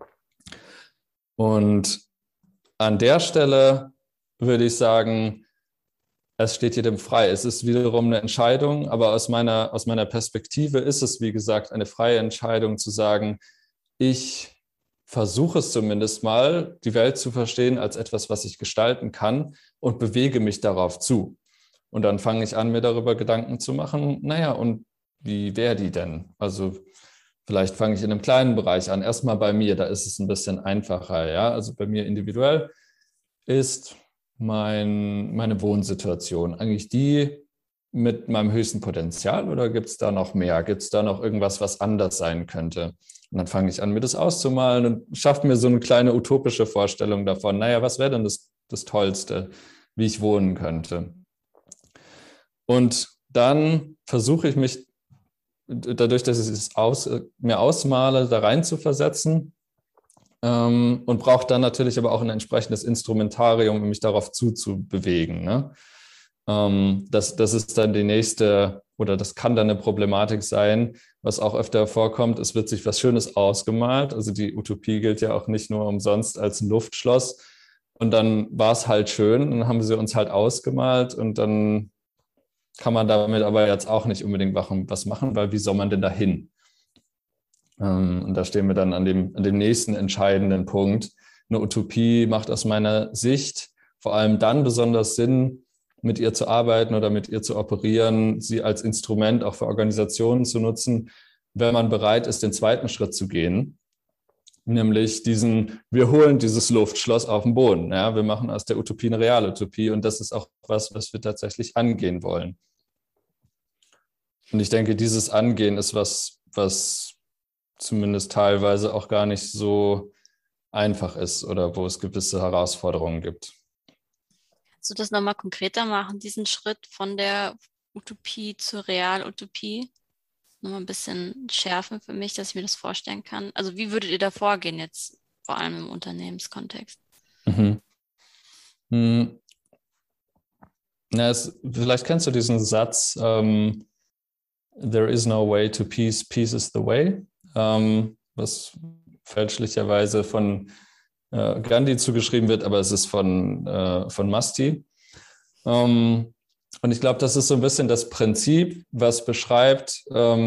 Und an der Stelle würde ich sagen, es steht jedem frei. Es ist wiederum eine Entscheidung, aber aus meiner Perspektive ist es, wie gesagt, eine freie Entscheidung zu sagen, ich versuche es zumindest mal, die Welt zu verstehen als etwas, was ich gestalten kann und bewege mich darauf zu. Und dann fange ich an, mir darüber Gedanken zu machen, naja, und wie wäre die denn? Also vielleicht fange ich in einem kleinen Bereich an. Erstmal bei mir, da ist es ein bisschen einfacher. Ja? Also bei mir individuell ist meine Wohnsituation eigentlich die mit meinem höchsten Potenzial oder gibt es da noch mehr? Gibt es da noch irgendwas, was anders sein könnte? Und dann fange ich an, mir das auszumalen und schaffe mir so eine kleine utopische Vorstellung davon. Naja, was wäre denn das Tollste, wie ich wohnen könnte? Und dann versuche ich mich, dadurch, dass ich es mir ausmale, da rein zu versetzen und brauche dann natürlich aber auch ein entsprechendes Instrumentarium, um mich darauf zuzubewegen. Ne? Das ist dann die nächste, oder das kann dann eine Problematik sein, was auch öfter vorkommt. Es wird sich was Schönes ausgemalt. Also die Utopie gilt ja auch nicht nur umsonst als ein Luftschloss. Und dann war es halt schön und dann haben sie uns halt ausgemalt und dann kann man damit aber jetzt auch nicht unbedingt was machen, weil wie soll man denn da hin? Und da stehen wir dann an dem nächsten entscheidenden Punkt. Eine Utopie macht aus meiner Sicht vor allem dann besonders Sinn, mit ihr zu arbeiten oder mit ihr zu operieren, sie als Instrument auch für Organisationen zu nutzen, wenn man bereit ist, den zweiten Schritt zu gehen, nämlich wir holen dieses Luftschloss auf den Boden. Ja? Wir machen aus der Utopie eine Realutopie und das ist auch was wir tatsächlich angehen wollen. Und ich denke, dieses Angehen ist was zumindest teilweise auch gar nicht so einfach ist oder wo es gewisse Herausforderungen gibt. Kannst du das nochmal konkreter machen, diesen Schritt von der Utopie zur Realutopie? Nochmal ein bisschen schärfen für mich, dass ich mir das vorstellen kann. Also wie würdet ihr da vorgehen jetzt, vor allem im Unternehmenskontext? Mhm. Vielleicht kennst du diesen Satz, there is no way to peace, peace is the way. Was fälschlicherweise von Gandhi zugeschrieben wird, aber es ist von Masti. Und ich glaube, das ist so ein bisschen das Prinzip, was beschreibt,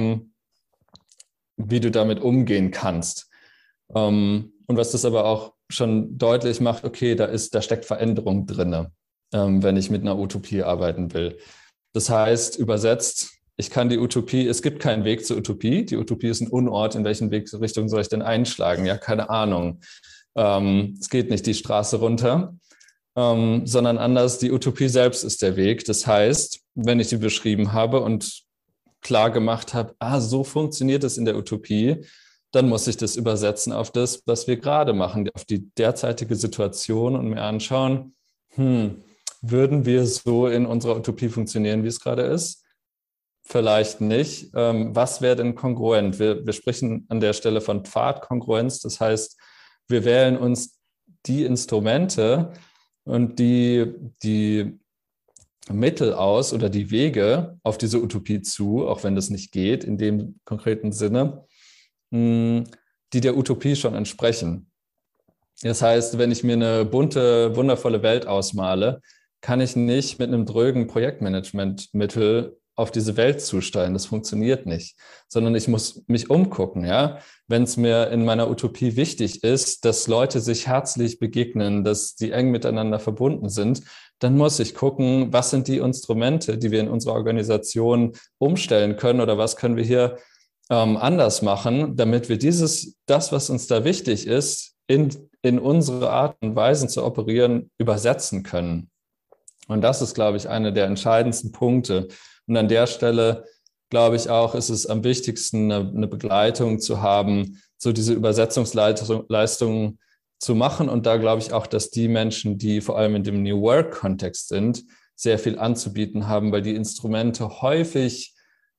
wie du damit umgehen kannst. Und was das aber auch schon deutlich macht, okay, da steckt Veränderung drin, wenn ich mit einer Utopie arbeiten will. Das heißt, übersetzt, ich kann die Utopie, es gibt keinen Weg zur Utopie. Die Utopie ist ein Unort, in welchen Richtung soll ich denn einschlagen? Ja, keine Ahnung. Es geht nicht die Straße runter, sondern anders, die Utopie selbst ist der Weg. Das heißt, wenn ich die beschrieben habe und klar gemacht habe, so funktioniert es in der Utopie, dann muss ich das übersetzen auf das, was wir gerade machen, auf die derzeitige Situation und mir anschauen, würden wir so in unserer Utopie funktionieren, wie es gerade ist? Vielleicht nicht. Was wäre denn kongruent? Wir sprechen an der Stelle von Pfadkongruenz. Das heißt, wir wählen uns die Instrumente und die Mittel aus oder die Wege auf diese Utopie zu, auch wenn das nicht geht in dem konkreten Sinne, die der Utopie schon entsprechen. Das heißt, wenn ich mir eine bunte, wundervolle Welt ausmale, kann ich nicht mit einem drögen Projektmanagementmittel auf diese Welt zusteuern. Das funktioniert nicht, sondern ich muss mich umgucken. Ja? Wenn es mir in meiner Utopie wichtig ist, dass Leute sich herzlich begegnen, dass die eng miteinander verbunden sind, dann muss ich gucken, was sind die Instrumente, die wir in unserer Organisation umstellen können oder was können wir hier anders machen, damit wir das, was uns da wichtig ist, in unsere Art und Weisen zu operieren, übersetzen können. Und das ist, glaube ich, einer der entscheidendsten Punkte. Und an der Stelle, glaube ich auch, ist es am wichtigsten, eine Begleitung zu haben, so diese Übersetzungsleistungen zu machen. Und da glaube ich auch, dass die Menschen, die vor allem in dem New Work-Kontext sind, sehr viel anzubieten haben, weil die Instrumente häufig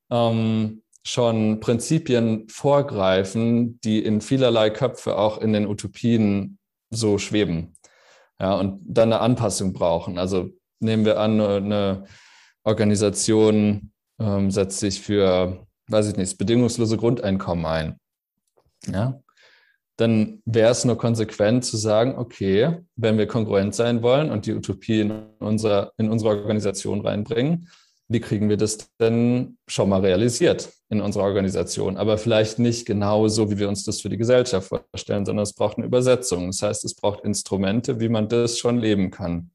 schon Prinzipien vorgreifen, die in vielerlei Köpfe auch in den Utopien so schweben. Ja, und dann eine Anpassung brauchen. Also nehmen wir an, eine Organisation setzt sich für, weiß ich nicht, das bedingungslose Grundeinkommen ein. Ja? Dann wäre es nur konsequent zu sagen, okay, wenn wir kongruent sein wollen und die Utopie in unsere Organisation reinbringen, wie kriegen wir das denn schon mal realisiert in unserer Organisation? Aber vielleicht nicht genau so, wie wir uns das für die Gesellschaft vorstellen, sondern es braucht eine Übersetzung. Das heißt, es braucht Instrumente, wie man das schon leben kann.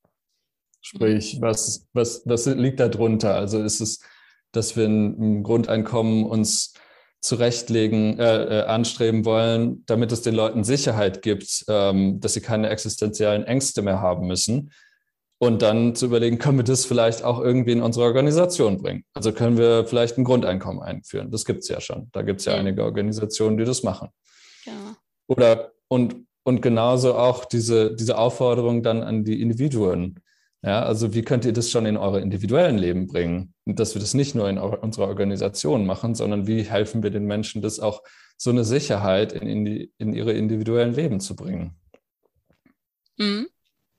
Sprich, was liegt da drunter? Also ist es, dass wir ein Grundeinkommen uns zurechtlegen, anstreben wollen, damit es den Leuten Sicherheit gibt, dass sie keine existenziellen Ängste mehr haben müssen. Und dann zu überlegen, können wir das vielleicht auch irgendwie in unsere Organisation bringen? Also können wir vielleicht ein Grundeinkommen einführen? Das gibt es ja schon. Da gibt es ja einige Organisationen, die das machen. Ja. Oder und genauso auch diese Aufforderung dann an die Individuen. Ja, also wie könnt ihr das schon in eure individuellen Leben bringen? Und dass wir das nicht nur in unserer Organisation machen, sondern wie helfen wir den Menschen, das auch so eine Sicherheit in ihre individuellen Leben zu bringen? Mhm.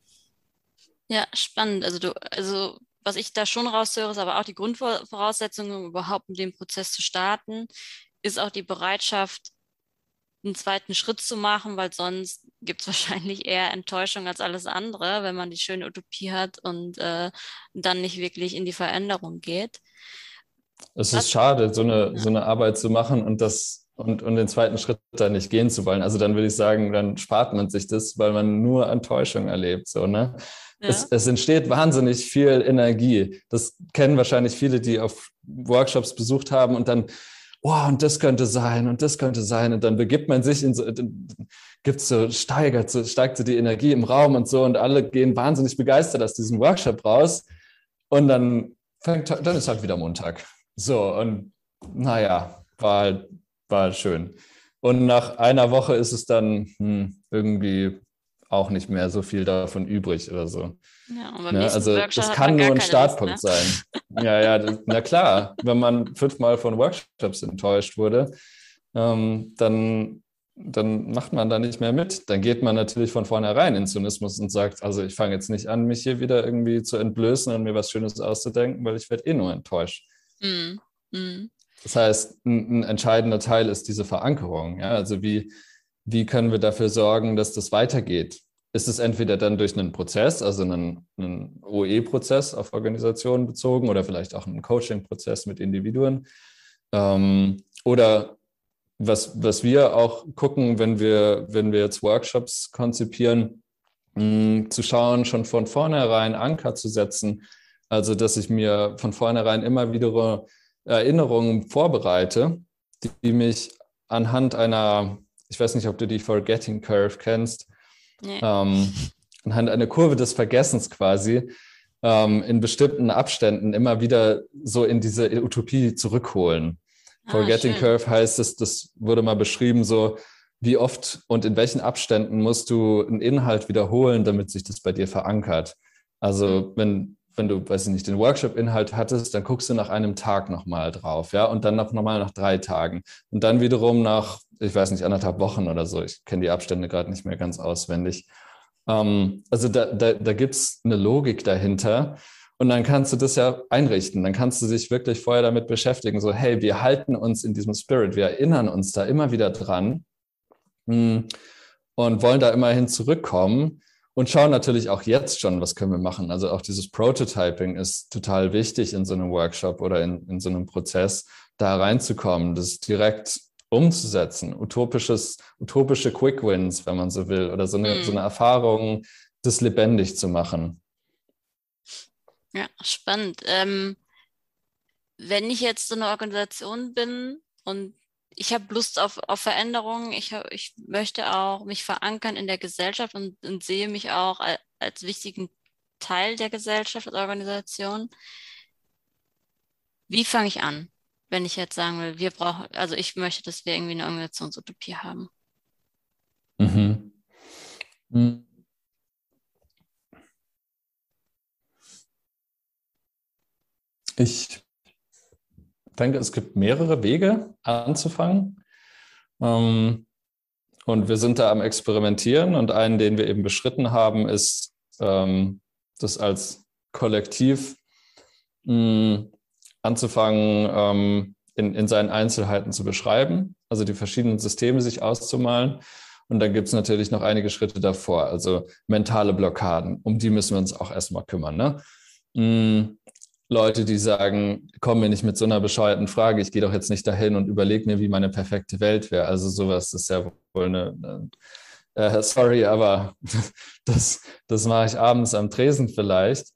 Ja, spannend. Also was ich da schon raushöre, ist aber auch die Grundvoraussetzung, um überhaupt mit dem Prozess zu starten, ist auch die Bereitschaft, einen zweiten Schritt zu machen, weil sonst gibt es wahrscheinlich eher Enttäuschung als alles andere, wenn man die schöne Utopie hat und dann nicht wirklich in die Veränderung geht. Es ist schade, so eine Arbeit zu machen und den zweiten Schritt da nicht gehen zu wollen. Also dann würde ich sagen, dann spart man sich das, weil man nur Enttäuschung erlebt. So, ne? Ja. Es entsteht wahnsinnig viel Energie. Das kennen wahrscheinlich viele, die auf Workshops besucht haben und dann, und das könnte sein und das könnte sein. Und dann begibt man sich steigt so die Energie im Raum und so und alle gehen wahnsinnig begeistert aus diesem Workshop raus. Und dann ist halt wieder Montag. So, und naja, war halt schön. Und nach einer Woche ist es dann irgendwie auch nicht mehr so viel davon übrig oder so. Ja, und beim nächsten Workshop das kann nur ein Startpunkt sein. Ja, na klar, wenn man 5-mal von Workshops enttäuscht wurde, dann macht man da nicht mehr mit. Dann geht man natürlich von vornherein in Zynismus und sagt, also ich fange jetzt nicht an, mich hier wieder irgendwie zu entblößen und mir was Schönes auszudenken, weil ich werde nur enttäuscht. Das heißt, ein entscheidender Teil ist diese Verankerung. Ja? Also wie wie können wir dafür sorgen, dass das weitergeht? Ist es entweder dann durch einen Prozess, also einen OE-Prozess auf Organisationen bezogen oder vielleicht auch einen Coaching-Prozess mit Individuen? Oder was wir auch gucken, wenn wir jetzt Workshops konzipieren, zu schauen, schon von vornherein Anker zu setzen, also dass ich mir von vornherein immer wieder Erinnerungen vorbereite, die mich anhand einer, ich weiß nicht, ob du die Forgetting Curve kennst, Nee. Anhand einer Kurve des Vergessens quasi, in bestimmten Abständen immer wieder so in diese Utopie zurückholen. Forgetting Schön. Curve heißt es, das wurde mal beschrieben, so wie oft und in welchen Abständen musst du einen Inhalt wiederholen, damit sich das bei dir verankert. Also wenn du, weiß ich nicht, den Workshop-Inhalt hattest, dann guckst du nach einem Tag nochmal drauf, ja, und dann nochmal nach 3 Tagen und dann wiederum nach, ich weiß nicht, 1,5 Wochen oder so. Ich kenne die Abstände gerade nicht mehr ganz auswendig. Also da gibt es eine Logik dahinter. Und dann kannst du das ja einrichten. Dann kannst du dich wirklich vorher damit beschäftigen. So, hey, wir halten uns in diesem Spirit. Wir erinnern uns da immer wieder dran und wollen da immerhin zurückkommen und schauen natürlich auch jetzt schon, was können wir machen. Also auch dieses Prototyping ist total wichtig in so einem Workshop oder in so einem Prozess, da reinzukommen, das direkt umzusetzen. Utopische Quick Wins, wenn man so will, oder so eine Erfahrung, das lebendig zu machen. Ja, spannend. Wenn ich jetzt so eine Organisation bin und ich habe Lust auf Veränderungen, ich möchte auch mich verankern in der Gesellschaft und sehe mich auch als wichtigen Teil der Gesellschaft, als Organisation. Wie fange ich an, wenn ich jetzt sagen will, also ich möchte, dass wir irgendwie eine Organisationsutopie haben? Mhm. Ich denke, es gibt mehrere Wege anzufangen. Und wir sind da am Experimentieren. Und einen, den wir eben beschritten haben, ist, das als Kollektiv anzufangen, in seinen Einzelheiten zu beschreiben, also die verschiedenen Systeme sich auszumalen. Und dann gibt es natürlich noch einige Schritte davor, also mentale Blockaden, um die müssen wir uns auch erstmal kümmern. Ne? Leute, die sagen, komm mir nicht mit so einer bescheuerten Frage, ich gehe doch jetzt nicht dahin und überlege mir, wie meine perfekte Welt wäre. Also sowas ist ja wohl sorry, aber das mache ich abends am Tresen vielleicht,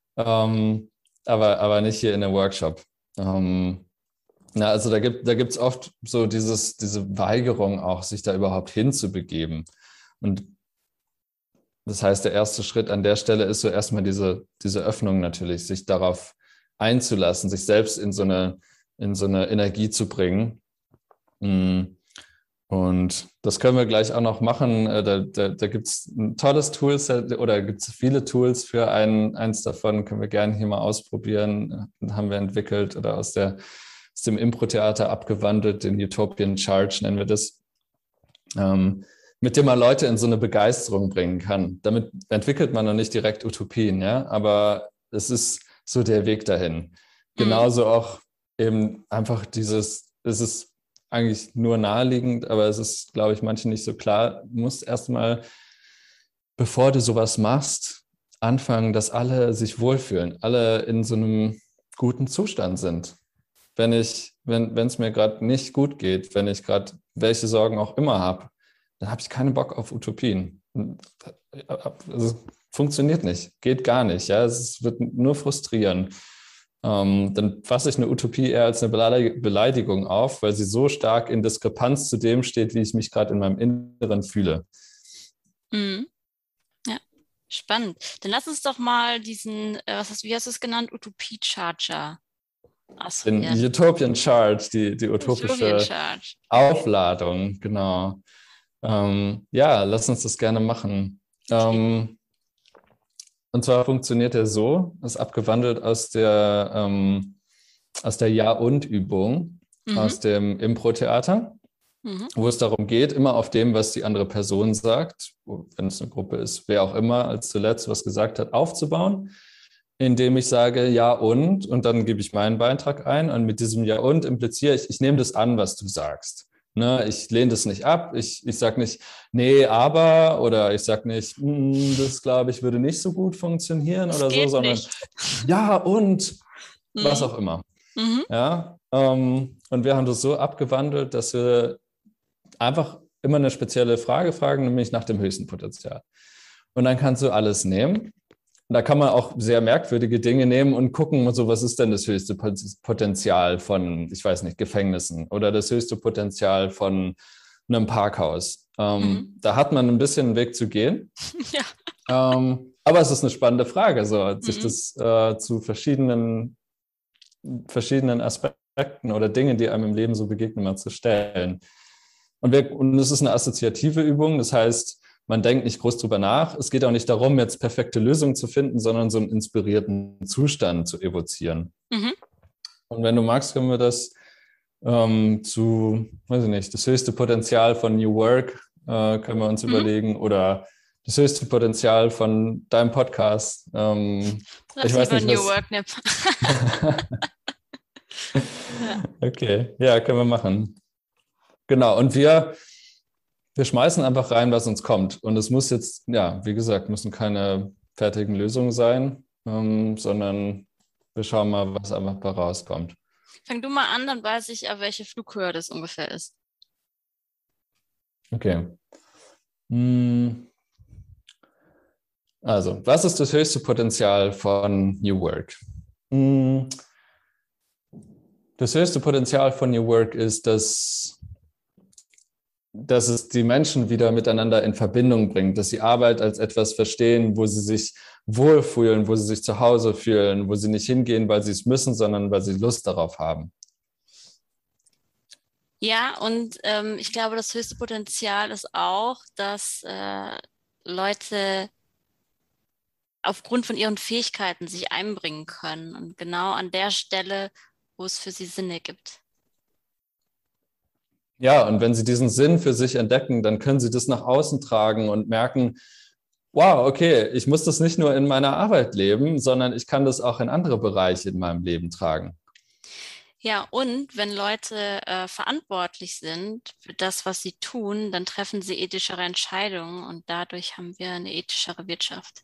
aber nicht hier in einem Workshop. Also da gibt es oft so diese Weigerung auch, sich da überhaupt hinzubegeben. Und das heißt, der erste Schritt an der Stelle ist so erstmal diese Öffnung natürlich, sich darauf einzulassen, sich selbst in so eine Energie zu bringen. Und das können wir gleich auch noch machen. Da gibt es ein tolles Toolset oder gibt es viele Tools für eins davon, können wir gerne hier mal ausprobieren. Haben wir entwickelt oder aus dem Impro-Theater abgewandelt, den Utopian Charge nennen wir das. Mit dem man Leute in so eine Begeisterung bringen kann. Damit entwickelt man noch nicht direkt Utopien, ja, aber es ist so der Weg dahin. Genauso auch eben einfach es ist eigentlich nur naheliegend, aber es ist, glaube ich, manchen nicht so klar. Du musst erstmal, bevor du sowas machst, anfangen, dass alle sich wohlfühlen, alle in so einem guten Zustand sind. Wenn es mir gerade nicht gut geht, wenn ich gerade welche Sorgen auch immer habe, dann habe ich keinen Bock auf Utopien. Also, funktioniert nicht, geht gar nicht. Ja? Es wird nur frustrieren. Dann fasse ich eine Utopie eher als eine Beleidigung auf, weil sie so stark in Diskrepanz zu dem steht, wie ich mich gerade in meinem Inneren fühle. Ja, spannend. Dann lass uns doch mal diesen, wie hast du es genannt, Utopie-Charger Den Utopian Charge, die utopische Charge. Aufladung, genau. Ja, lass uns das gerne machen. Okay. Und zwar funktioniert er so, ist abgewandelt aus der Ja-und-Übung, aus dem Impro-Theater, wo es darum geht, immer auf dem, was die andere Person sagt, wenn es eine Gruppe ist, wer auch immer als zuletzt was gesagt hat, aufzubauen, indem ich sage Ja und dann gebe ich meinen Beitrag ein und mit diesem Ja und impliziere ich nehme das an, was du sagst. Ne, ich lehne das nicht ab. Ich sage nicht, nee, aber, oder ich sage nicht, das glaube ich würde nicht so gut funktionieren Es oder so, geht sondern nicht. ja und was Mhm. auch immer. Mhm. Ja, und wir haben das so abgewandelt, dass wir einfach immer eine spezielle Frage fragen, nämlich nach dem höchsten Potenzial. Und dann kannst du alles nehmen. Und da kann man auch sehr merkwürdige Dinge nehmen und gucken, so was ist denn das höchste Potenzial von, ich weiß nicht, Gefängnissen oder das höchste Potenzial von einem Parkhaus. Mhm. Da hat man ein bisschen einen Weg zu gehen. Ja. Aber es ist eine spannende Frage, so sich Mhm. das zu verschiedenen Aspekten oder Dingen, die einem im Leben so begegnen, mal zu stellen. Und es ist eine assoziative Übung, das heißt, man denkt nicht groß drüber nach. Es geht auch nicht darum, jetzt perfekte Lösungen zu finden, sondern so einen inspirierten Zustand zu evozieren. Mhm. Und wenn du magst, können wir das weiß ich nicht, das höchste Potenzial von New Work können wir uns Mhm. überlegen oder das höchste Potenzial von deinem Podcast. Ich Lass weiß lieber nicht, New was. Work nehmen. Ja. Okay, ja, können wir machen. Genau, und wir schmeißen einfach rein, was uns kommt. Und es muss jetzt, ja, wie gesagt, müssen keine fertigen Lösungen sein, sondern wir schauen mal, was einfach bei rauskommt. Fang du mal an, dann weiß ich, auf welche Flughöhe das ungefähr ist. Okay. Also, was ist das höchste Potenzial von New Work? Das höchste Potenzial von New Work ist, dass es die Menschen wieder miteinander in Verbindung bringt, dass sie Arbeit als etwas verstehen, wo sie sich wohlfühlen, wo sie sich zu Hause fühlen, wo sie nicht hingehen, weil sie es müssen, sondern weil sie Lust darauf haben. Ja, und ich glaube, das höchste Potenzial ist auch, dass Leute aufgrund von ihren Fähigkeiten sich einbringen können und genau an der Stelle, wo es für sie Sinn ergibt. Ja, und wenn sie diesen Sinn für sich entdecken, dann können sie das nach außen tragen und merken, wow, okay, ich muss das nicht nur in meiner Arbeit leben, sondern ich kann das auch in andere Bereiche in meinem Leben tragen. Ja, und wenn Leute verantwortlich sind für das, was sie tun, dann treffen sie ethischere Entscheidungen und dadurch haben wir eine ethischere Wirtschaft.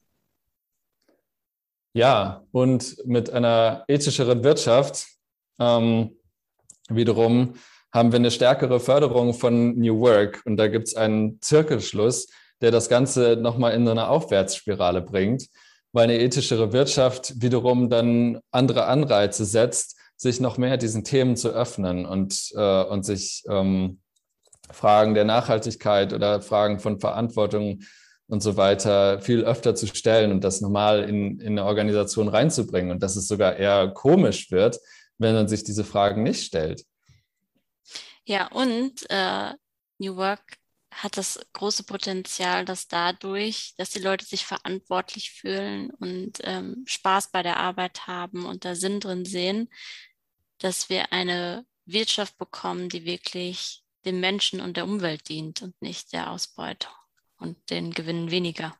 Ja, und mit einer ethischeren Wirtschaft ähm, wiederum haben wir eine stärkere Förderung von New Work. Und da gibt es einen Zirkelschluss, der das Ganze nochmal in so eine Aufwärtsspirale bringt, weil eine ethischere Wirtschaft wiederum dann andere Anreize setzt, sich noch mehr diesen Themen zu öffnen und sich Fragen der Nachhaltigkeit oder Fragen von Verantwortung und so weiter viel öfter zu stellen und das normal in eine Organisation reinzubringen und dass es sogar eher komisch wird, wenn man sich diese Fragen nicht stellt. Ja, und New Work hat das große Potenzial, dass dadurch, dass die Leute sich verantwortlich fühlen und Spaß bei der Arbeit haben und da Sinn drin sehen, dass wir eine Wirtschaft bekommen, die wirklich dem Menschen und der Umwelt dient und nicht der Ausbeutung und den Gewinnen weniger.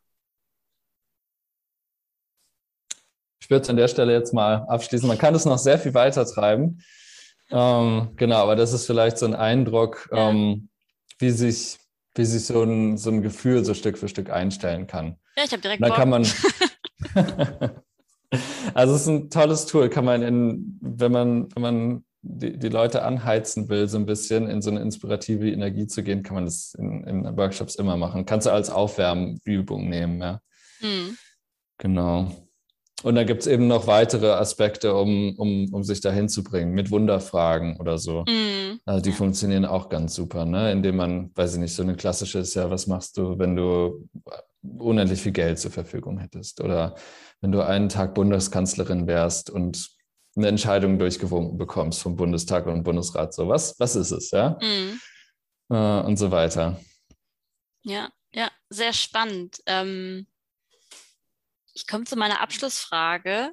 Ich würde es an der Stelle jetzt mal abschließen. Man kann es noch sehr viel weiter treiben. Genau, aber das ist vielleicht so ein Eindruck, Ja, wie sich, wie sich so ein Gefühl so Stück für Stück einstellen kann. Und ja, ich habe direkt dann Bock. kann man, also es ist ein tolles Tool, kann man wenn man die Leute anheizen will, so ein bisschen in so eine inspirative Energie zu gehen, kann man das in Workshops immer machen. Kannst du als Aufwärmübung nehmen, ja. Hm. Genau. Und da gibt es eben noch weitere Aspekte, um sich dahin zu bringen, mit Wunderfragen oder so. Hm. Also die Ja. funktionieren auch ganz super, ne? Indem man, weiß ich nicht, so eine klassische ist ja, was machst du, wenn du unendlich viel Geld zur Verfügung hättest oder wenn du einen Tag Bundeskanzlerin wärst und eine Entscheidung durchgewunken bekommst vom Bundestag und Bundesrat. So, was ist es, ja? Hm. Und so weiter. Ja, ja, sehr spannend. Ich komme zu meiner Abschlussfrage.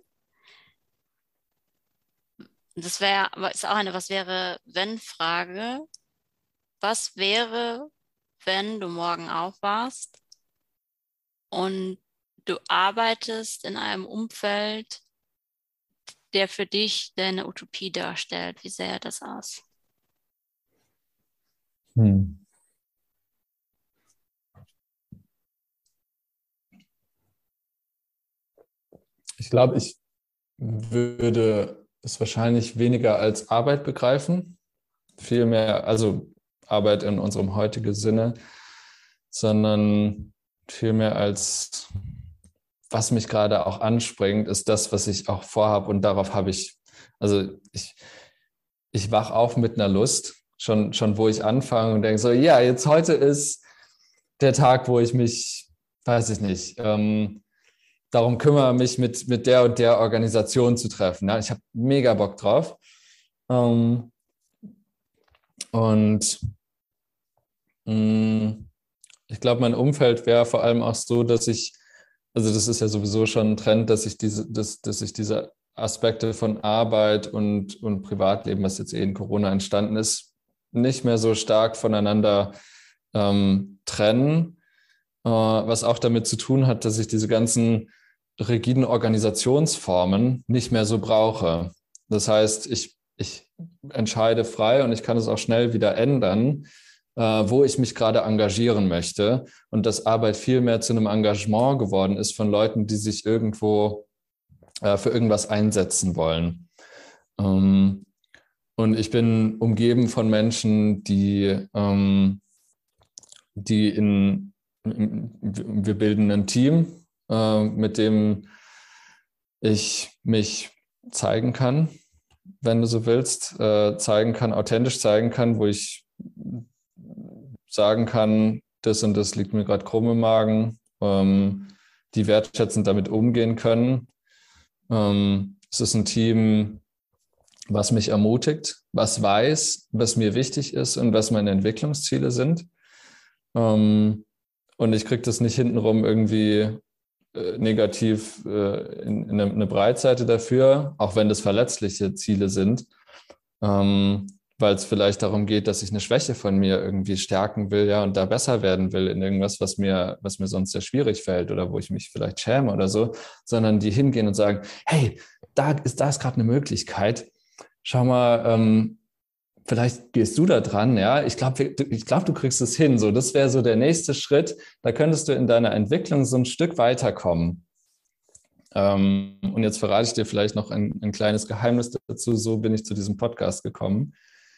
Das wäre, aber ist auch eine Was wäre, wenn Frage. Was wäre, wenn du morgen aufwachst und du arbeitest in einem Umfeld, der für dich deine Utopie darstellt? Wie sähe das aus? Hm. Ich glaube, ich würde es wahrscheinlich weniger als Arbeit begreifen, vielmehr, also Arbeit in unserem heutigen Sinne, sondern vielmehr als, was mich gerade auch anspringt, ist das, was ich auch vorhabe und darauf habe ich, also ich wach auf mit einer Lust, schon wo ich anfange und denke so, ja, jetzt heute ist der Tag, wo ich mich, weiß ich nicht, darum kümmere, mich mit der und der Organisation zu treffen. Ja, ich habe mega Bock drauf. Ähm, und mh, ich glaube, mein Umfeld wäre vor allem auch so, dass ich, also das ist ja sowieso schon ein Trend, dass ich diese Aspekte von Arbeit und Privatleben, was jetzt in Corona entstanden ist, nicht mehr so stark voneinander trennen, was auch damit zu tun hat, dass ich diese ganzen rigiden Organisationsformen nicht mehr so brauche. Das heißt, ich entscheide frei und ich kann es auch schnell wieder ändern, wo ich mich gerade engagieren möchte und dass Arbeit viel mehr zu einem Engagement geworden ist von Leuten, die sich irgendwo für irgendwas einsetzen wollen. Und ich bin umgeben von Menschen, die wir bilden ein Team, mit dem ich mich zeigen kann, wenn du so willst, zeigen kann, authentisch zeigen kann, wo ich sagen kann, das und das liegt mir gerade krumm im Magen, die wertschätzend damit umgehen können. Es ist ein Team, was mich ermutigt, was weiß, was mir wichtig ist und was meine Entwicklungsziele sind. Und ich kriege das nicht hintenrum irgendwie negativ in eine Breitseite dafür, auch wenn das verletzliche Ziele sind, weil es vielleicht darum geht, dass ich eine Schwäche von mir irgendwie stärken will, ja, und da besser werden will in irgendwas, was mir sonst sehr schwierig fällt oder wo ich mich vielleicht schäme oder so, sondern die hingehen und sagen, hey, da ist gerade eine Möglichkeit. Schau mal, vielleicht gehst du da dran, ja. Ich glaube, du kriegst es hin. So, das wäre so der nächste Schritt. Da könntest du in deiner Entwicklung so ein Stück weiterkommen. Und jetzt verrate ich dir vielleicht noch ein kleines Geheimnis dazu. So bin ich zu diesem Podcast gekommen,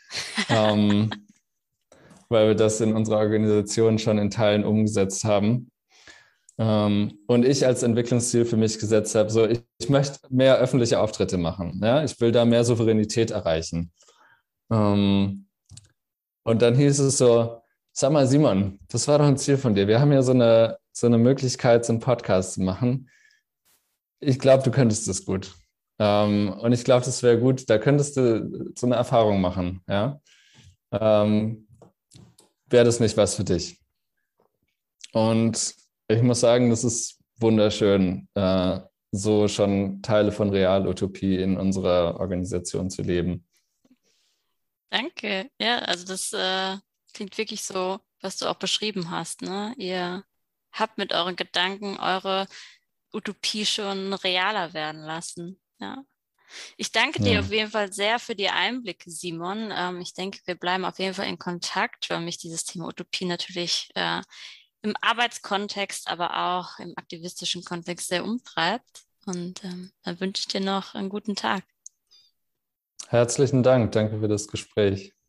weil wir das in unserer Organisation schon in Teilen umgesetzt haben. Und ich als Entwicklungsziel für mich gesetzt habe, so ich möchte mehr öffentliche Auftritte machen. Ja? Ich will da mehr Souveränität erreichen. Und dann hieß es so, sag mal, Simon, das war doch ein Ziel von dir. Wir haben ja so eine Möglichkeit, so einen Podcast zu machen. Ich glaube, du könntest das gut. Und ich glaube, das wäre gut, da könntest du so eine Erfahrung machen. Ja? Wäre das nicht was für dich? Und ich muss sagen, das ist wunderschön, so schon Teile von Realutopie in unserer Organisation zu leben. Danke. Ja, also das klingt wirklich so, was du auch beschrieben hast, ne? Ihr habt mit euren Gedanken eure Utopie schon realer werden lassen. Ja. Ich danke dir Ja. auf jeden Fall sehr für die Einblicke, Simon. Ich denke, wir bleiben auf jeden Fall in Kontakt, weil mich dieses Thema Utopie natürlich im Arbeitskontext, aber auch im aktivistischen Kontext sehr umtreibt. Und dann wünsche ich dir noch einen guten Tag. Herzlichen Dank. Danke für das Gespräch.